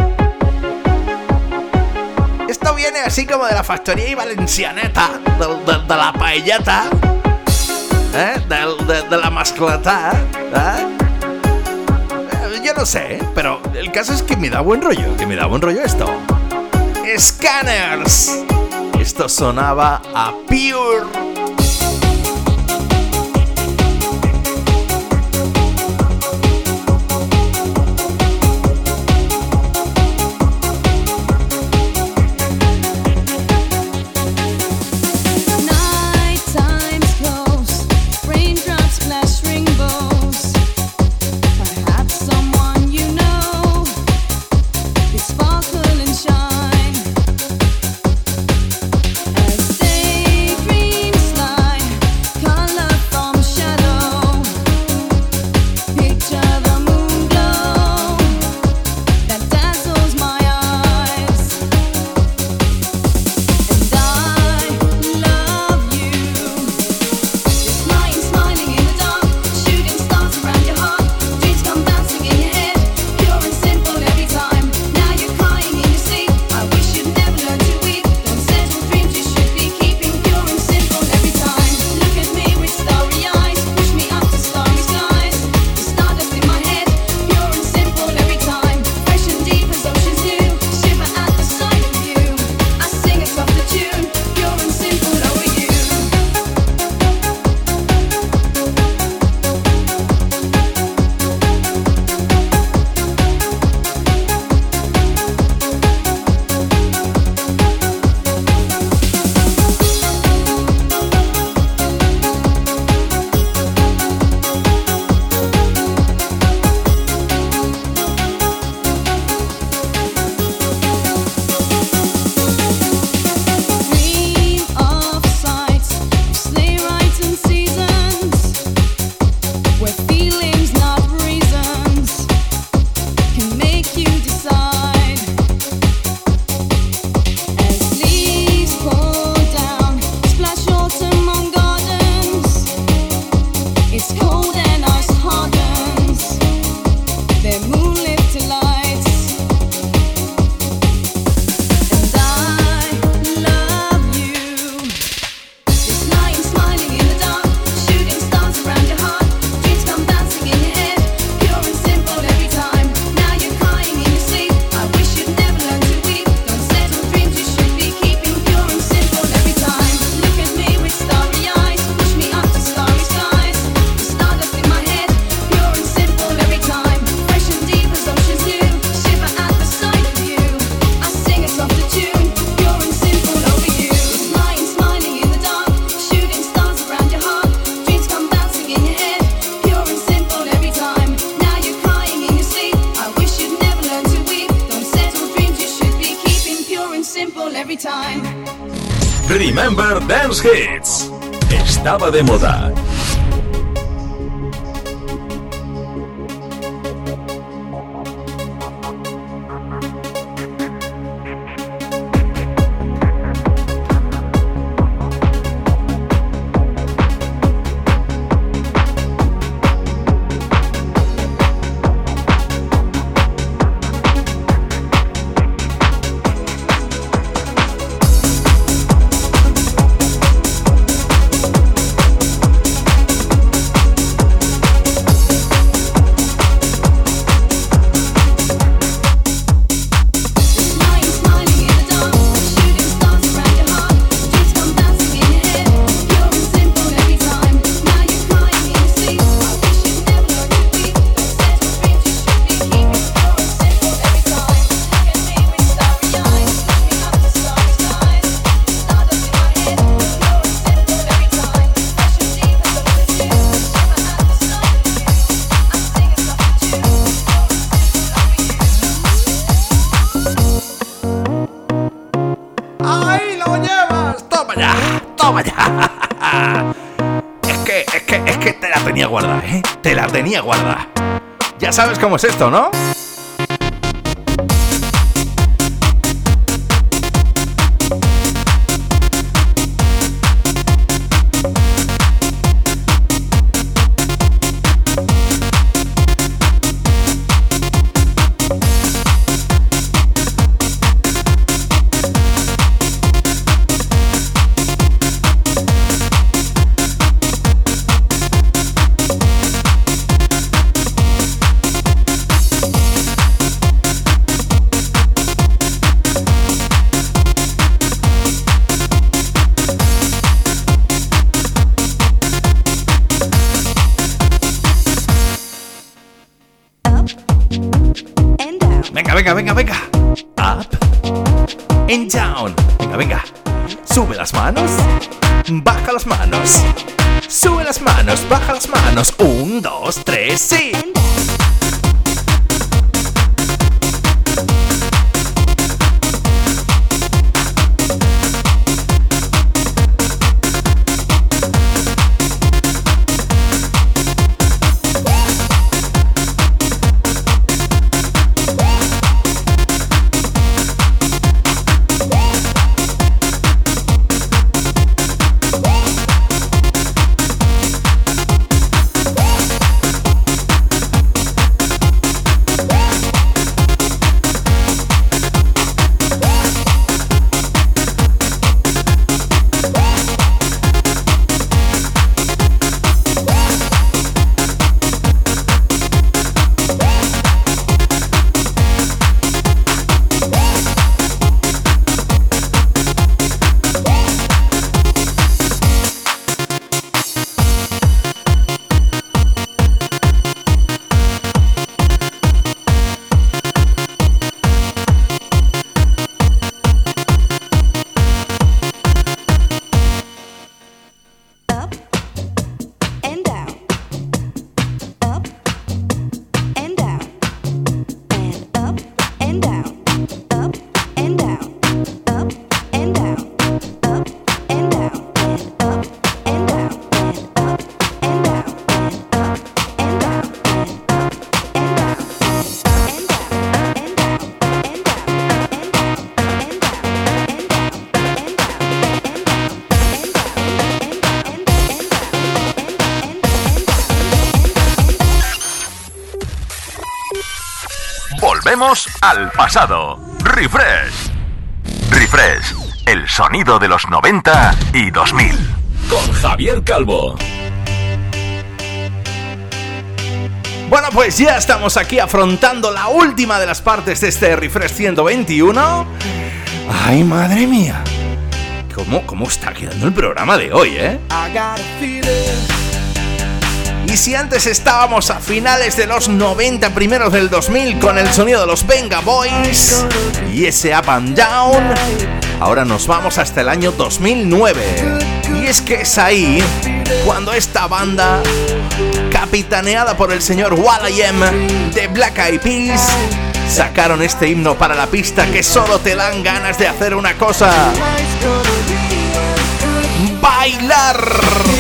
Esto viene así como de la factoría y valencianeta, de, de, de la paelleta, ¿eh? de, de, de la mascletá, ¿eh? Yo no sé, pero el caso es que me da buen rollo, que me da buen rollo esto. Scanners. Esto sonaba a Pure. Remember Dance Hits. Estaba de moda. ¡Toma ya! Es que, es que, es que te la tenía guardada, ¿eh? Te la tenía guardada. Ya sabes cómo es esto, ¿no? Venga, venga, venga. Up and down. Venga, venga. Sube las manos. Baja las manos. Sube las manos. Baja las manos. Un, dos, tres, sí. Volvemos al pasado. Refresh. Refresh. El sonido de los noventa y dos mil. Con Javier Calvo. Bueno, pues ya estamos aquí afrontando la última de las partes de este Refresh ciento veintiuno. ¡Ay, madre mía! ¿Cómo, cómo está quedando el programa de hoy, eh? Y si antes estábamos a finales de los noventa, primeros del dos mil, con el sonido de los Venga Boys y ese Up and Down, ahora nos vamos hasta el año dos mil nueve. Y es que es ahí cuando esta banda, capitaneada por el señor will.i.am de Black Eyed Peas, sacaron este himno para la pista que solo te dan ganas de hacer una cosa: bailar.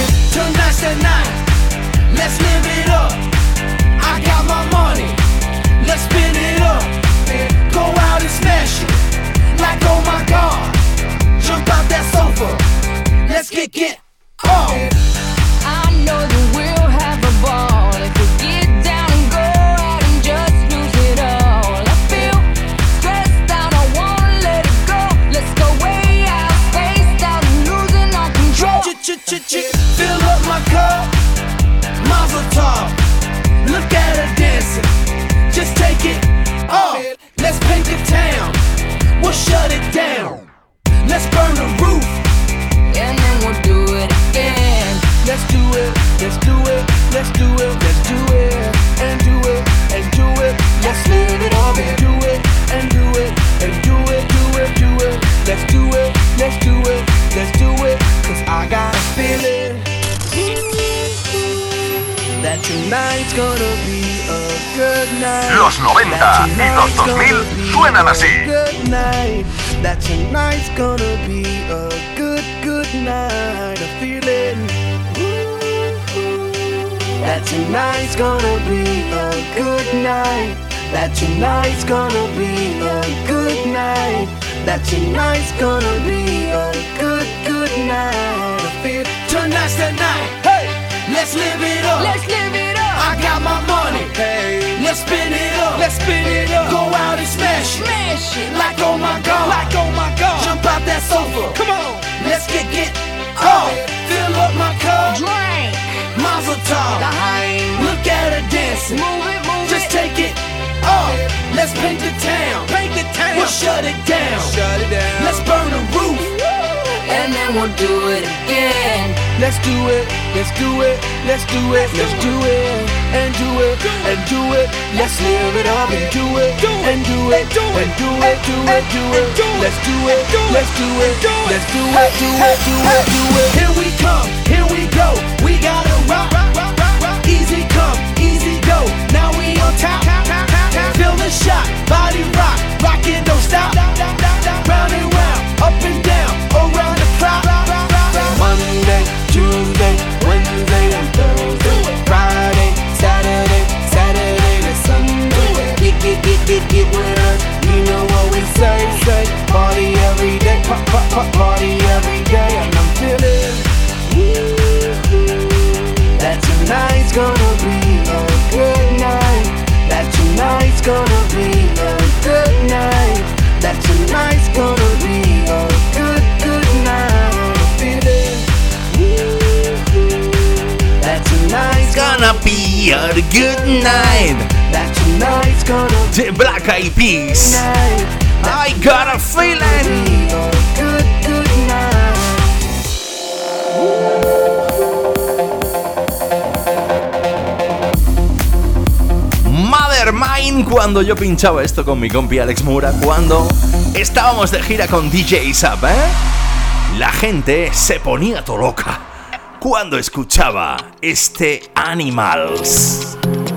Let's live it up. I got my money. Let's spin it up. Go out and smash it. Like, oh my God. Jump out that sofa. Let's kick it off. I know that we'll have a ball if we get down and go out and just lose it all. I feel stressed out. I wanna let it go. Let's go way out, spaced out, losing all control. Fill up my cup. Mazel tov, look at her dancing. Just take it off. Let's paint the town. We'll shut it down. Let's burn the roof. And then we'll do it again. Let's do it, let's do it, let's do it, let's do it, and do it, and do it. Let's live it up and do it, and do it, and do it, do it, do it. Let's do it, let's do it, let's do it. Cause I got a feeling that tonight's gonna be a good night. Los noventa y los dos mil suenan así. Good night. That tonight's gonna be a good, good night. A feeling that tonight's gonna be a good night. That tonight's gonna be a good night. That tonight's gonna be a good, good night. I feel tonight's the night. Hey, let's live it up. Let's live it up. I got my money. Hey, let's spin it up. Let's spin it up. Go out and smash it. Smash it. Like oh my god. Like oh my god. Jump out that sofa. Come on. Let's get get off. Fill up my cup. Drink. Mazel tov. Daheim. Look at her dancing. Move it, move Just it. take it off. Let's paint the town. Paint the town. We'll shut it down. Shut it down. Let's burn the roof. And then we'll do it again. Let's do it. Let's do it. Let's do it. Let's do it. And do it. And do it. Let's live it up and do it. And do it. And do it. Do it. Do it. Let's do it. Let's do it. Let's do it. Do it. Do it. Do it. Here we come. Here we go. We gotta rock. Easy come. Easy go. Now we on top. Feel the shot. Body rock. Rock it. Don't stop. Round and round. Up and down. Around the clock. Monday, Tuesday, Wednesday, and Thursday. Friday, Saturday, Saturday to Sunday. Get, get, get, get, get with us. You know what we say, say. Party every day, pop, pop, pop, party every day. And I'm feeling that tonight's gonna be a good night. That tonight's gonna be a good night. That tonight's gonna be a good, good night. I'm feeling that tonight's Gonna be a good night. That tonight's gonna The Black Eyed Peas. night. I got a feeling. Be a good, good night. Mother Mine, cuando yo pinchaba esto con mi compi Alex Mura, cuando estábamos de gira con D J Zap, ¿eh? La gente se ponía todo loca cuando escuchaba este Animals.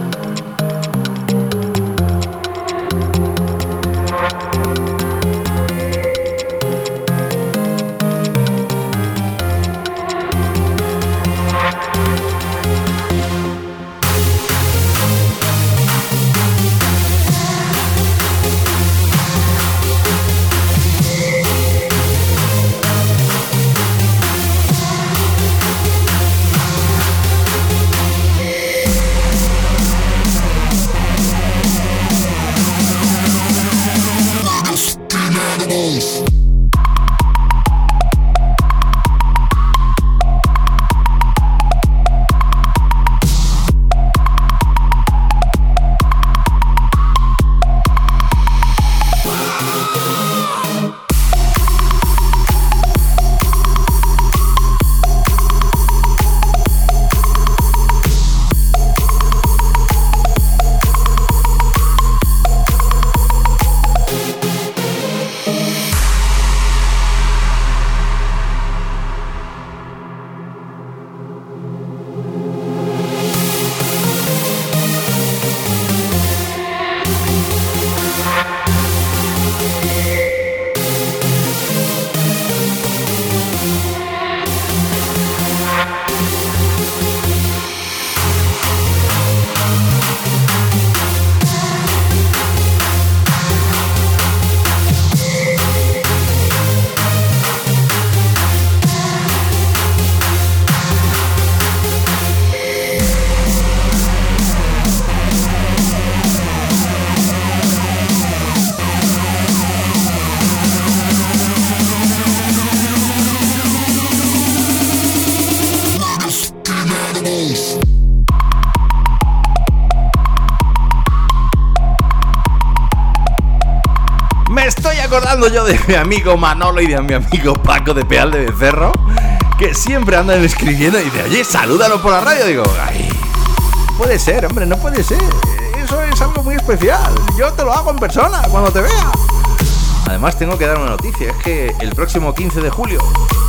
Acordando yo de mi amigo Manolo y de mi amigo Paco de Peal de Becerro, que siempre andan escribiendo y de oye, salúdalo por la radio. Digo, ay, puede ser, hombre, no puede ser. Eso es algo muy especial. Yo te lo hago en persona cuando te vea. Además tengo que dar una noticia, es que el próximo quince de julio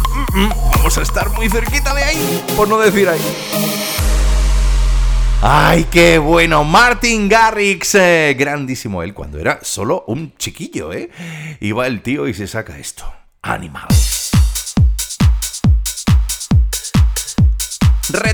vamos a estar muy cerquita de ahí, por no decir ahí. ¡Ay, qué bueno! Martin Garrix, eh, grandísimo él, cuando era solo un chiquillo, ¿eh? Y va el tío y se saca esto. Animals.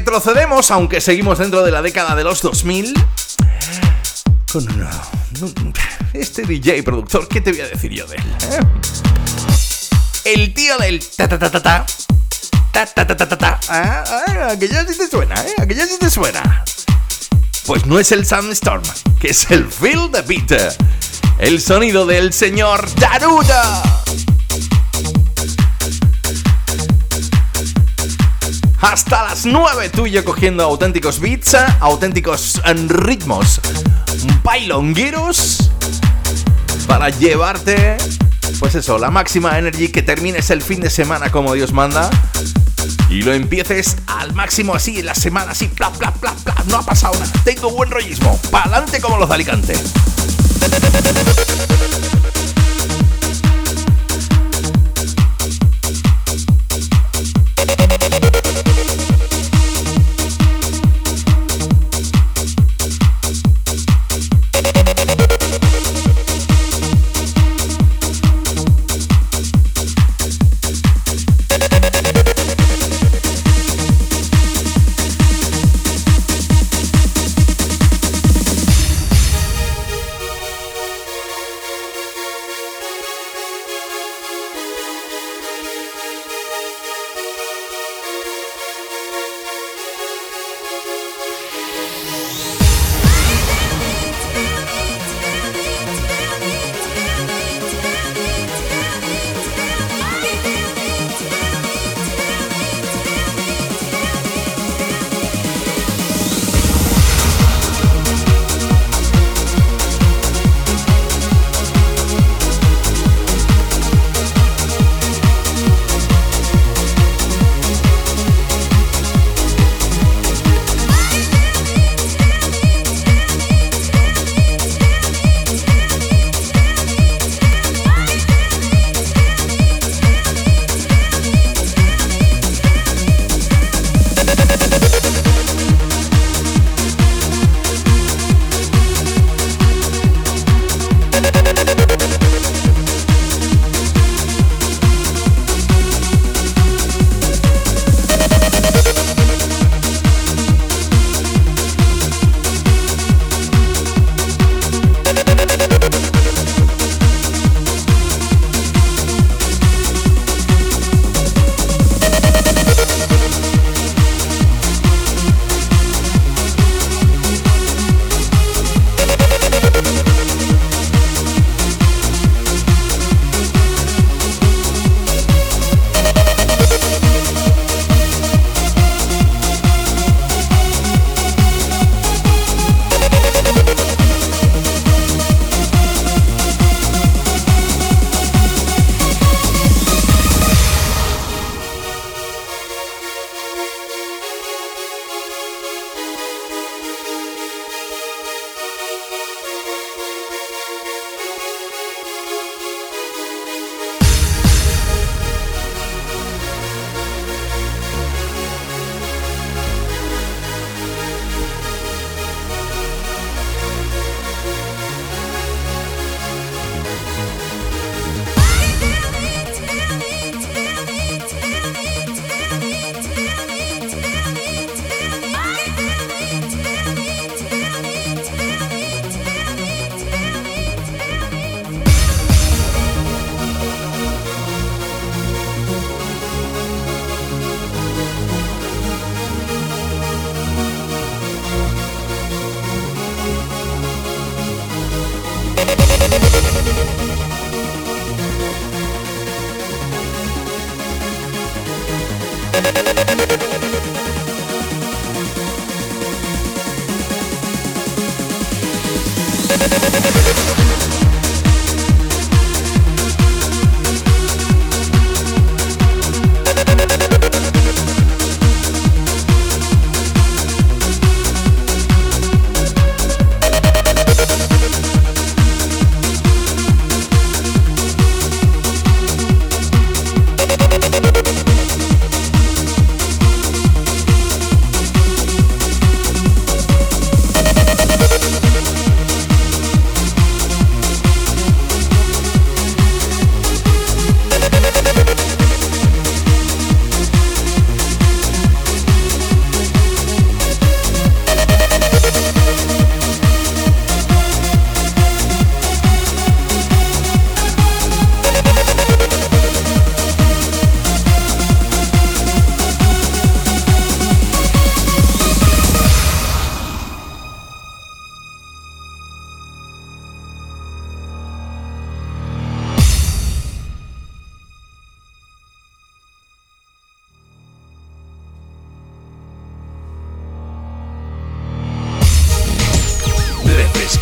retrocedemos, aunque seguimos dentro de la década de los dos mil, con uno, este D J productor, ¿qué te voy a decir yo de él? ¿Eh? El tío del ta ta ta ta ta ta ta ta ta ta ta. Ah, ah, que ya sí te suena, ¿eh? Que ya sí te suena. Pues no es el Sandstorm, que es el Feel the Beat, el sonido del señor Daruda. Hasta las nueve tú y yo cogiendo auténticos beats, auténticos ritmos bailongueros para llevarte, pues eso, la máxima energy, que termines el fin de semana como Dios manda y lo empieces al máximo así en la semana, así, pla, pla, pla, pla, no ha pasado nada, tengo buen rollismo, pa'lante como los de Alicante.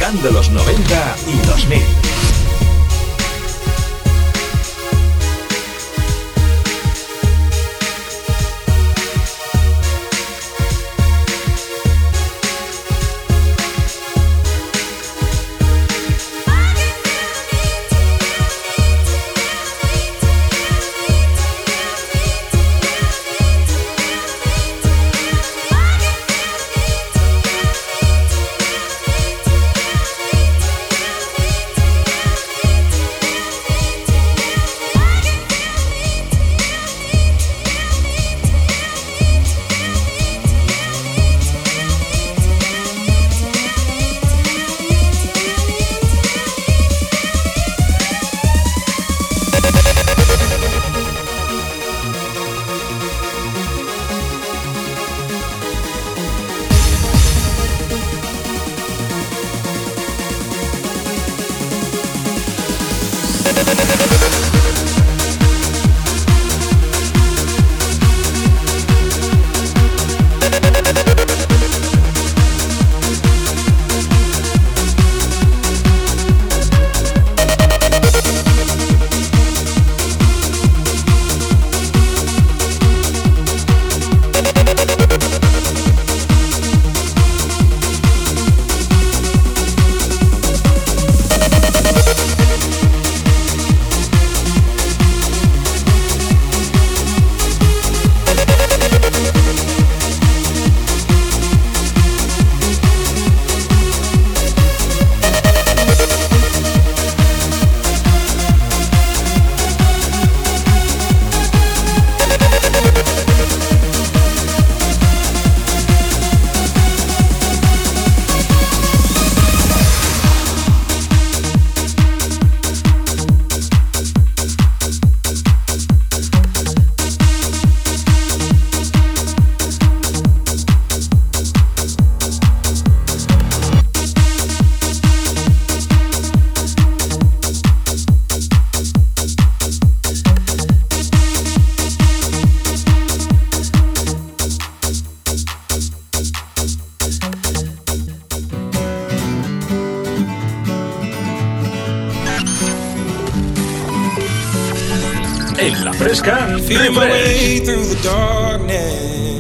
tocando los noventa y dos mil. En La Fresca, Feel my way Refresh. through the darkness,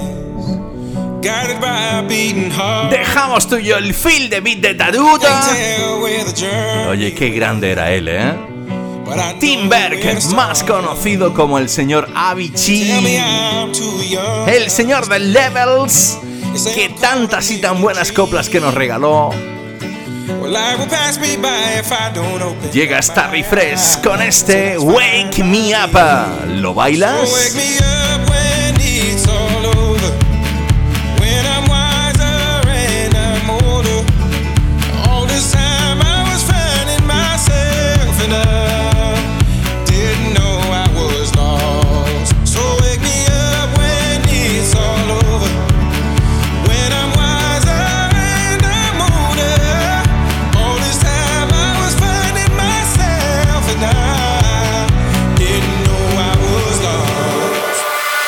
guided by a beating heart. Dejamos tuyo el feel de beat de Taruta. Can't tell where the journey, Oye, qué grande era él, ¿eh? but I know Tim where Berg, to más start. conocido como el señor Tell me Avicii, I'm too young. el señor de Levels, que tantas y tan buenas coplas que nos regaló. Well, life will pass me by if I don't open Llega hasta Refresh con este Wake Me Up. ¿Lo So bailas? wake me up when it's all over, when I'm wiser and I'm older. All this time I was finding myself and I didn't know I was lost. So wake me up when it's all over, when I'm wiser and I'm older. All this time I was finding myself and I didn't know I was lost.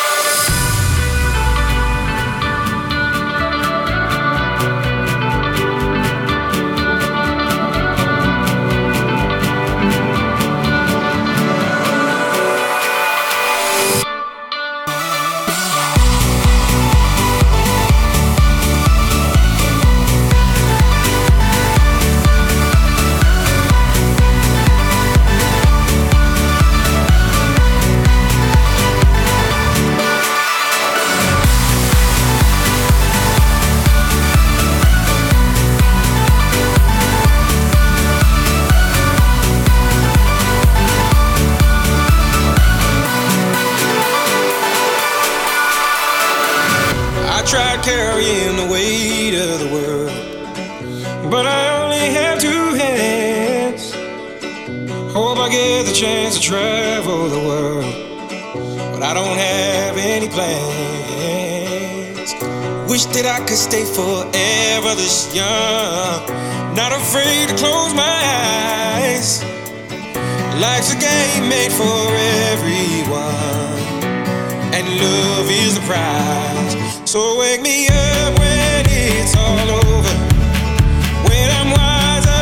I tried carrying the weight of the world, but I only have two hands. Hope I get the chance to travel the world, but I don't have any plans. Wish that I could stay forever this young, not afraid to close my eyes. Life's a game made for everyone, and love is the prize. So wake me up when it's all over, when I'm wiser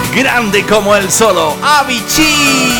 grande como el solo, Avicii.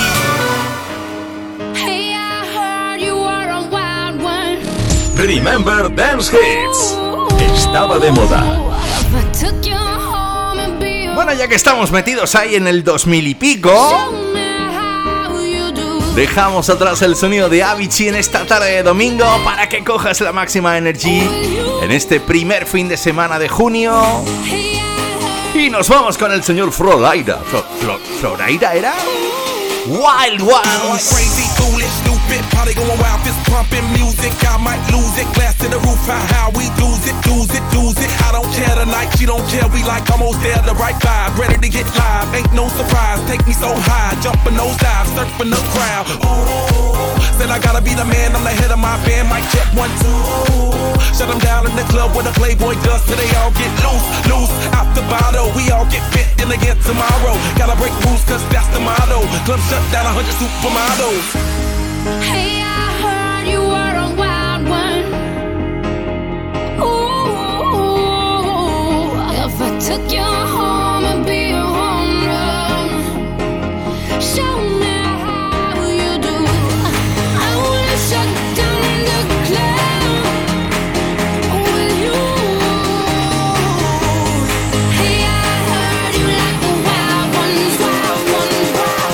Hey, I heard you were a wild one. Remember Dance Hits. Estaba de moda. If I took you home and be your Bueno, ya que estamos metidos ahí en el dos mil y pico, show me how you do. dejamos atrás el sonido de Avicii en esta tarde de domingo para que cojas la máxima energy en este primer fin de semana de junio. Hey, I Y nos vamos con el señor Florida. Flo, Flo, ¿Florida era? Wild Ones. Crazy, foolish, stupid, party going wild, fist pumping music. I might lose it, glass to the roof, how, how we lose it, lose it, lose it. I don't care tonight, she don't care, we like almost there, the right vibe, ready to get live, ain't no surprise, take me so high, jumping those dives, surfing the crowd. Ooh, said I gotta be the man, I'm the head of my band, mic check one, two. Shut them down in the club where the Playboy does, till they all get loose, loose, out the bottle, we all get fit in again tomorrow. Gotta break rules, cause that's the motto. Club shut down a hundred supermodels. Hey, I heard you were a wild one. Ooh, if I took you home and be a home run, show me how you do. I wanna shut down the club with you. Hey, I heard you like the wild ones, wild ones,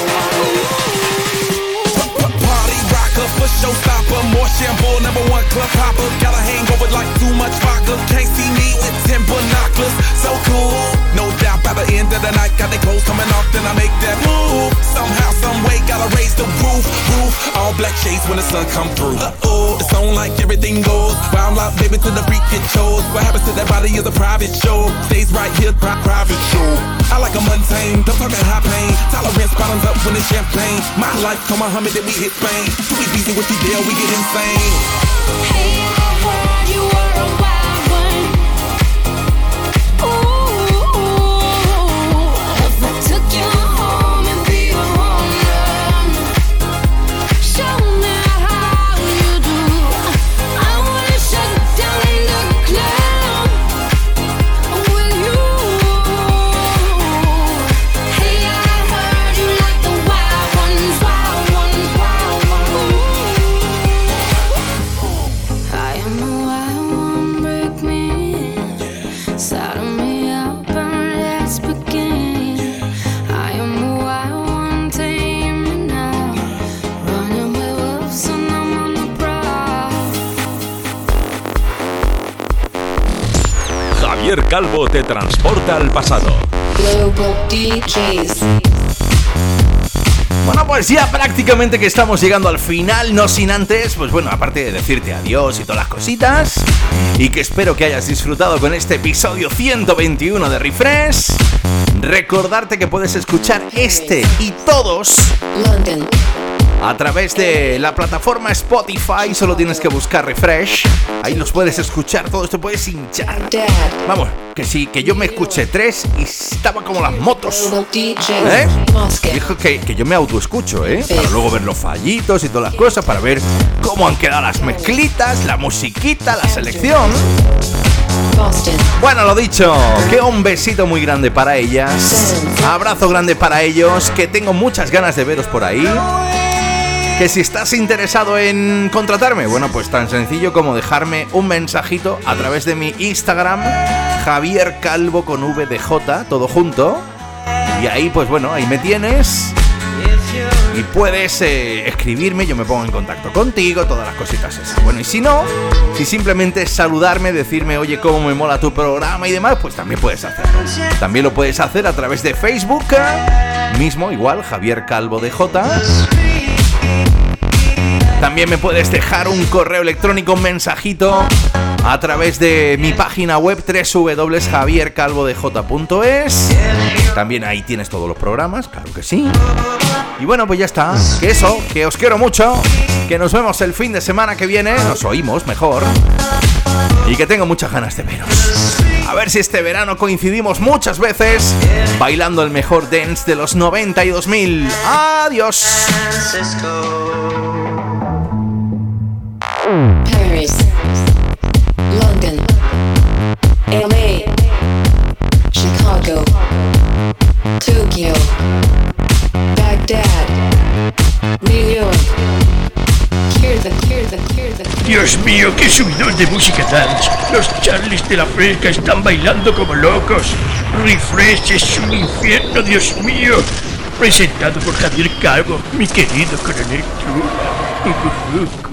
wild ones. Party rocker, for showstopper, more shampoo, number one club hopper. Got a hangover like too much vodka. Can't see me with ten binoculars. So cool, no doubt by the end of the night, got the clothes coming off, then I make that move. Somehow, some way, gotta raise the roof, roof. All black shades when the sun come through. Uh-oh, it's on like everything goes. Wild out, baby, to the freak it shows. What happens to that body is a private show. Stays right here, pri- private show. I like a mundane, don't talk that high pain. Tolerance bottoms up when it's champagne. My life, come Muhammad, then we hit Spain. Too easy with you there, we get insane. Hey, I heard you were a wild one. Ooh, if I took you home and be a home run, show me how you do. I wanna shut down the club with you. Hey, I heard you like the wild ones, wild ones, wild ones. I am a wild one, break me, saddle me up and let's begin. I am a wild one, tame me now, running with wolves and I'm on the prowl. Javier Calvo te transporta al pasado. Global D Js. Bueno, pues ya prácticamente que estamos llegando al final, no sin antes, pues bueno, aparte de decirte adiós y todas las cositas, y que espero que hayas disfrutado con este episodio ciento veintiuno de Refresh, recordarte que puedes escuchar este y todos London. a través de la plataforma Spotify. Solo tienes que buscar Refresh, ahí los puedes escuchar todos, te puedes hinchar. Dad. Vamos, que sí, que yo me escuché tres y estaba como las motos. Global D Js. ¿Eh? Moscow. Dijo que, que yo me autoescucho, ¿eh? Para luego ver los fallitos y todas las cosas, para ver cómo han quedado las mezclitas, la musiquita, la selección. Boston. Bueno, lo dicho, que un besito muy grande para ellas, abrazo grande para ellos, que tengo muchas ganas de veros por ahí. Que si estás interesado en contratarme, bueno, pues tan sencillo como dejarme un mensajito a través de mi Instagram, Javier Calvo con V de J, todo junto. Y ahí, pues bueno, ahí me tienes. Y puedes eh, escribirme, yo me pongo en contacto contigo, todas las cositas esas. Bueno, y si no, si simplemente es saludarme, decirme, oye, cómo me mola tu programa y demás, pues también puedes hacerlo. También lo puedes hacer a través de Facebook, mismo, igual, Javier Calvo de J. También me puedes dejar un correo electrónico, un mensajito a través de mi página web doble u doble u doble u punto javier calvo d j punto es. También ahí tienes todos los programas, claro que sí. Y bueno, pues ya está. Que eso, que os quiero mucho. Que nos vemos el fin de semana que viene. Nos oímos mejor. Y que tengo muchas ganas de veros. A ver si este verano coincidimos muchas veces bailando el mejor dance de los noventa y dos mil. Adiós. Paris. London. L A. Chicago. Tokyo. pedidos de música dance. Los Charlies de la Fresca están bailando como locos. Refresh es un infierno, Dios mío. Presentado por Javier Calvo, mi querido coronel Trula.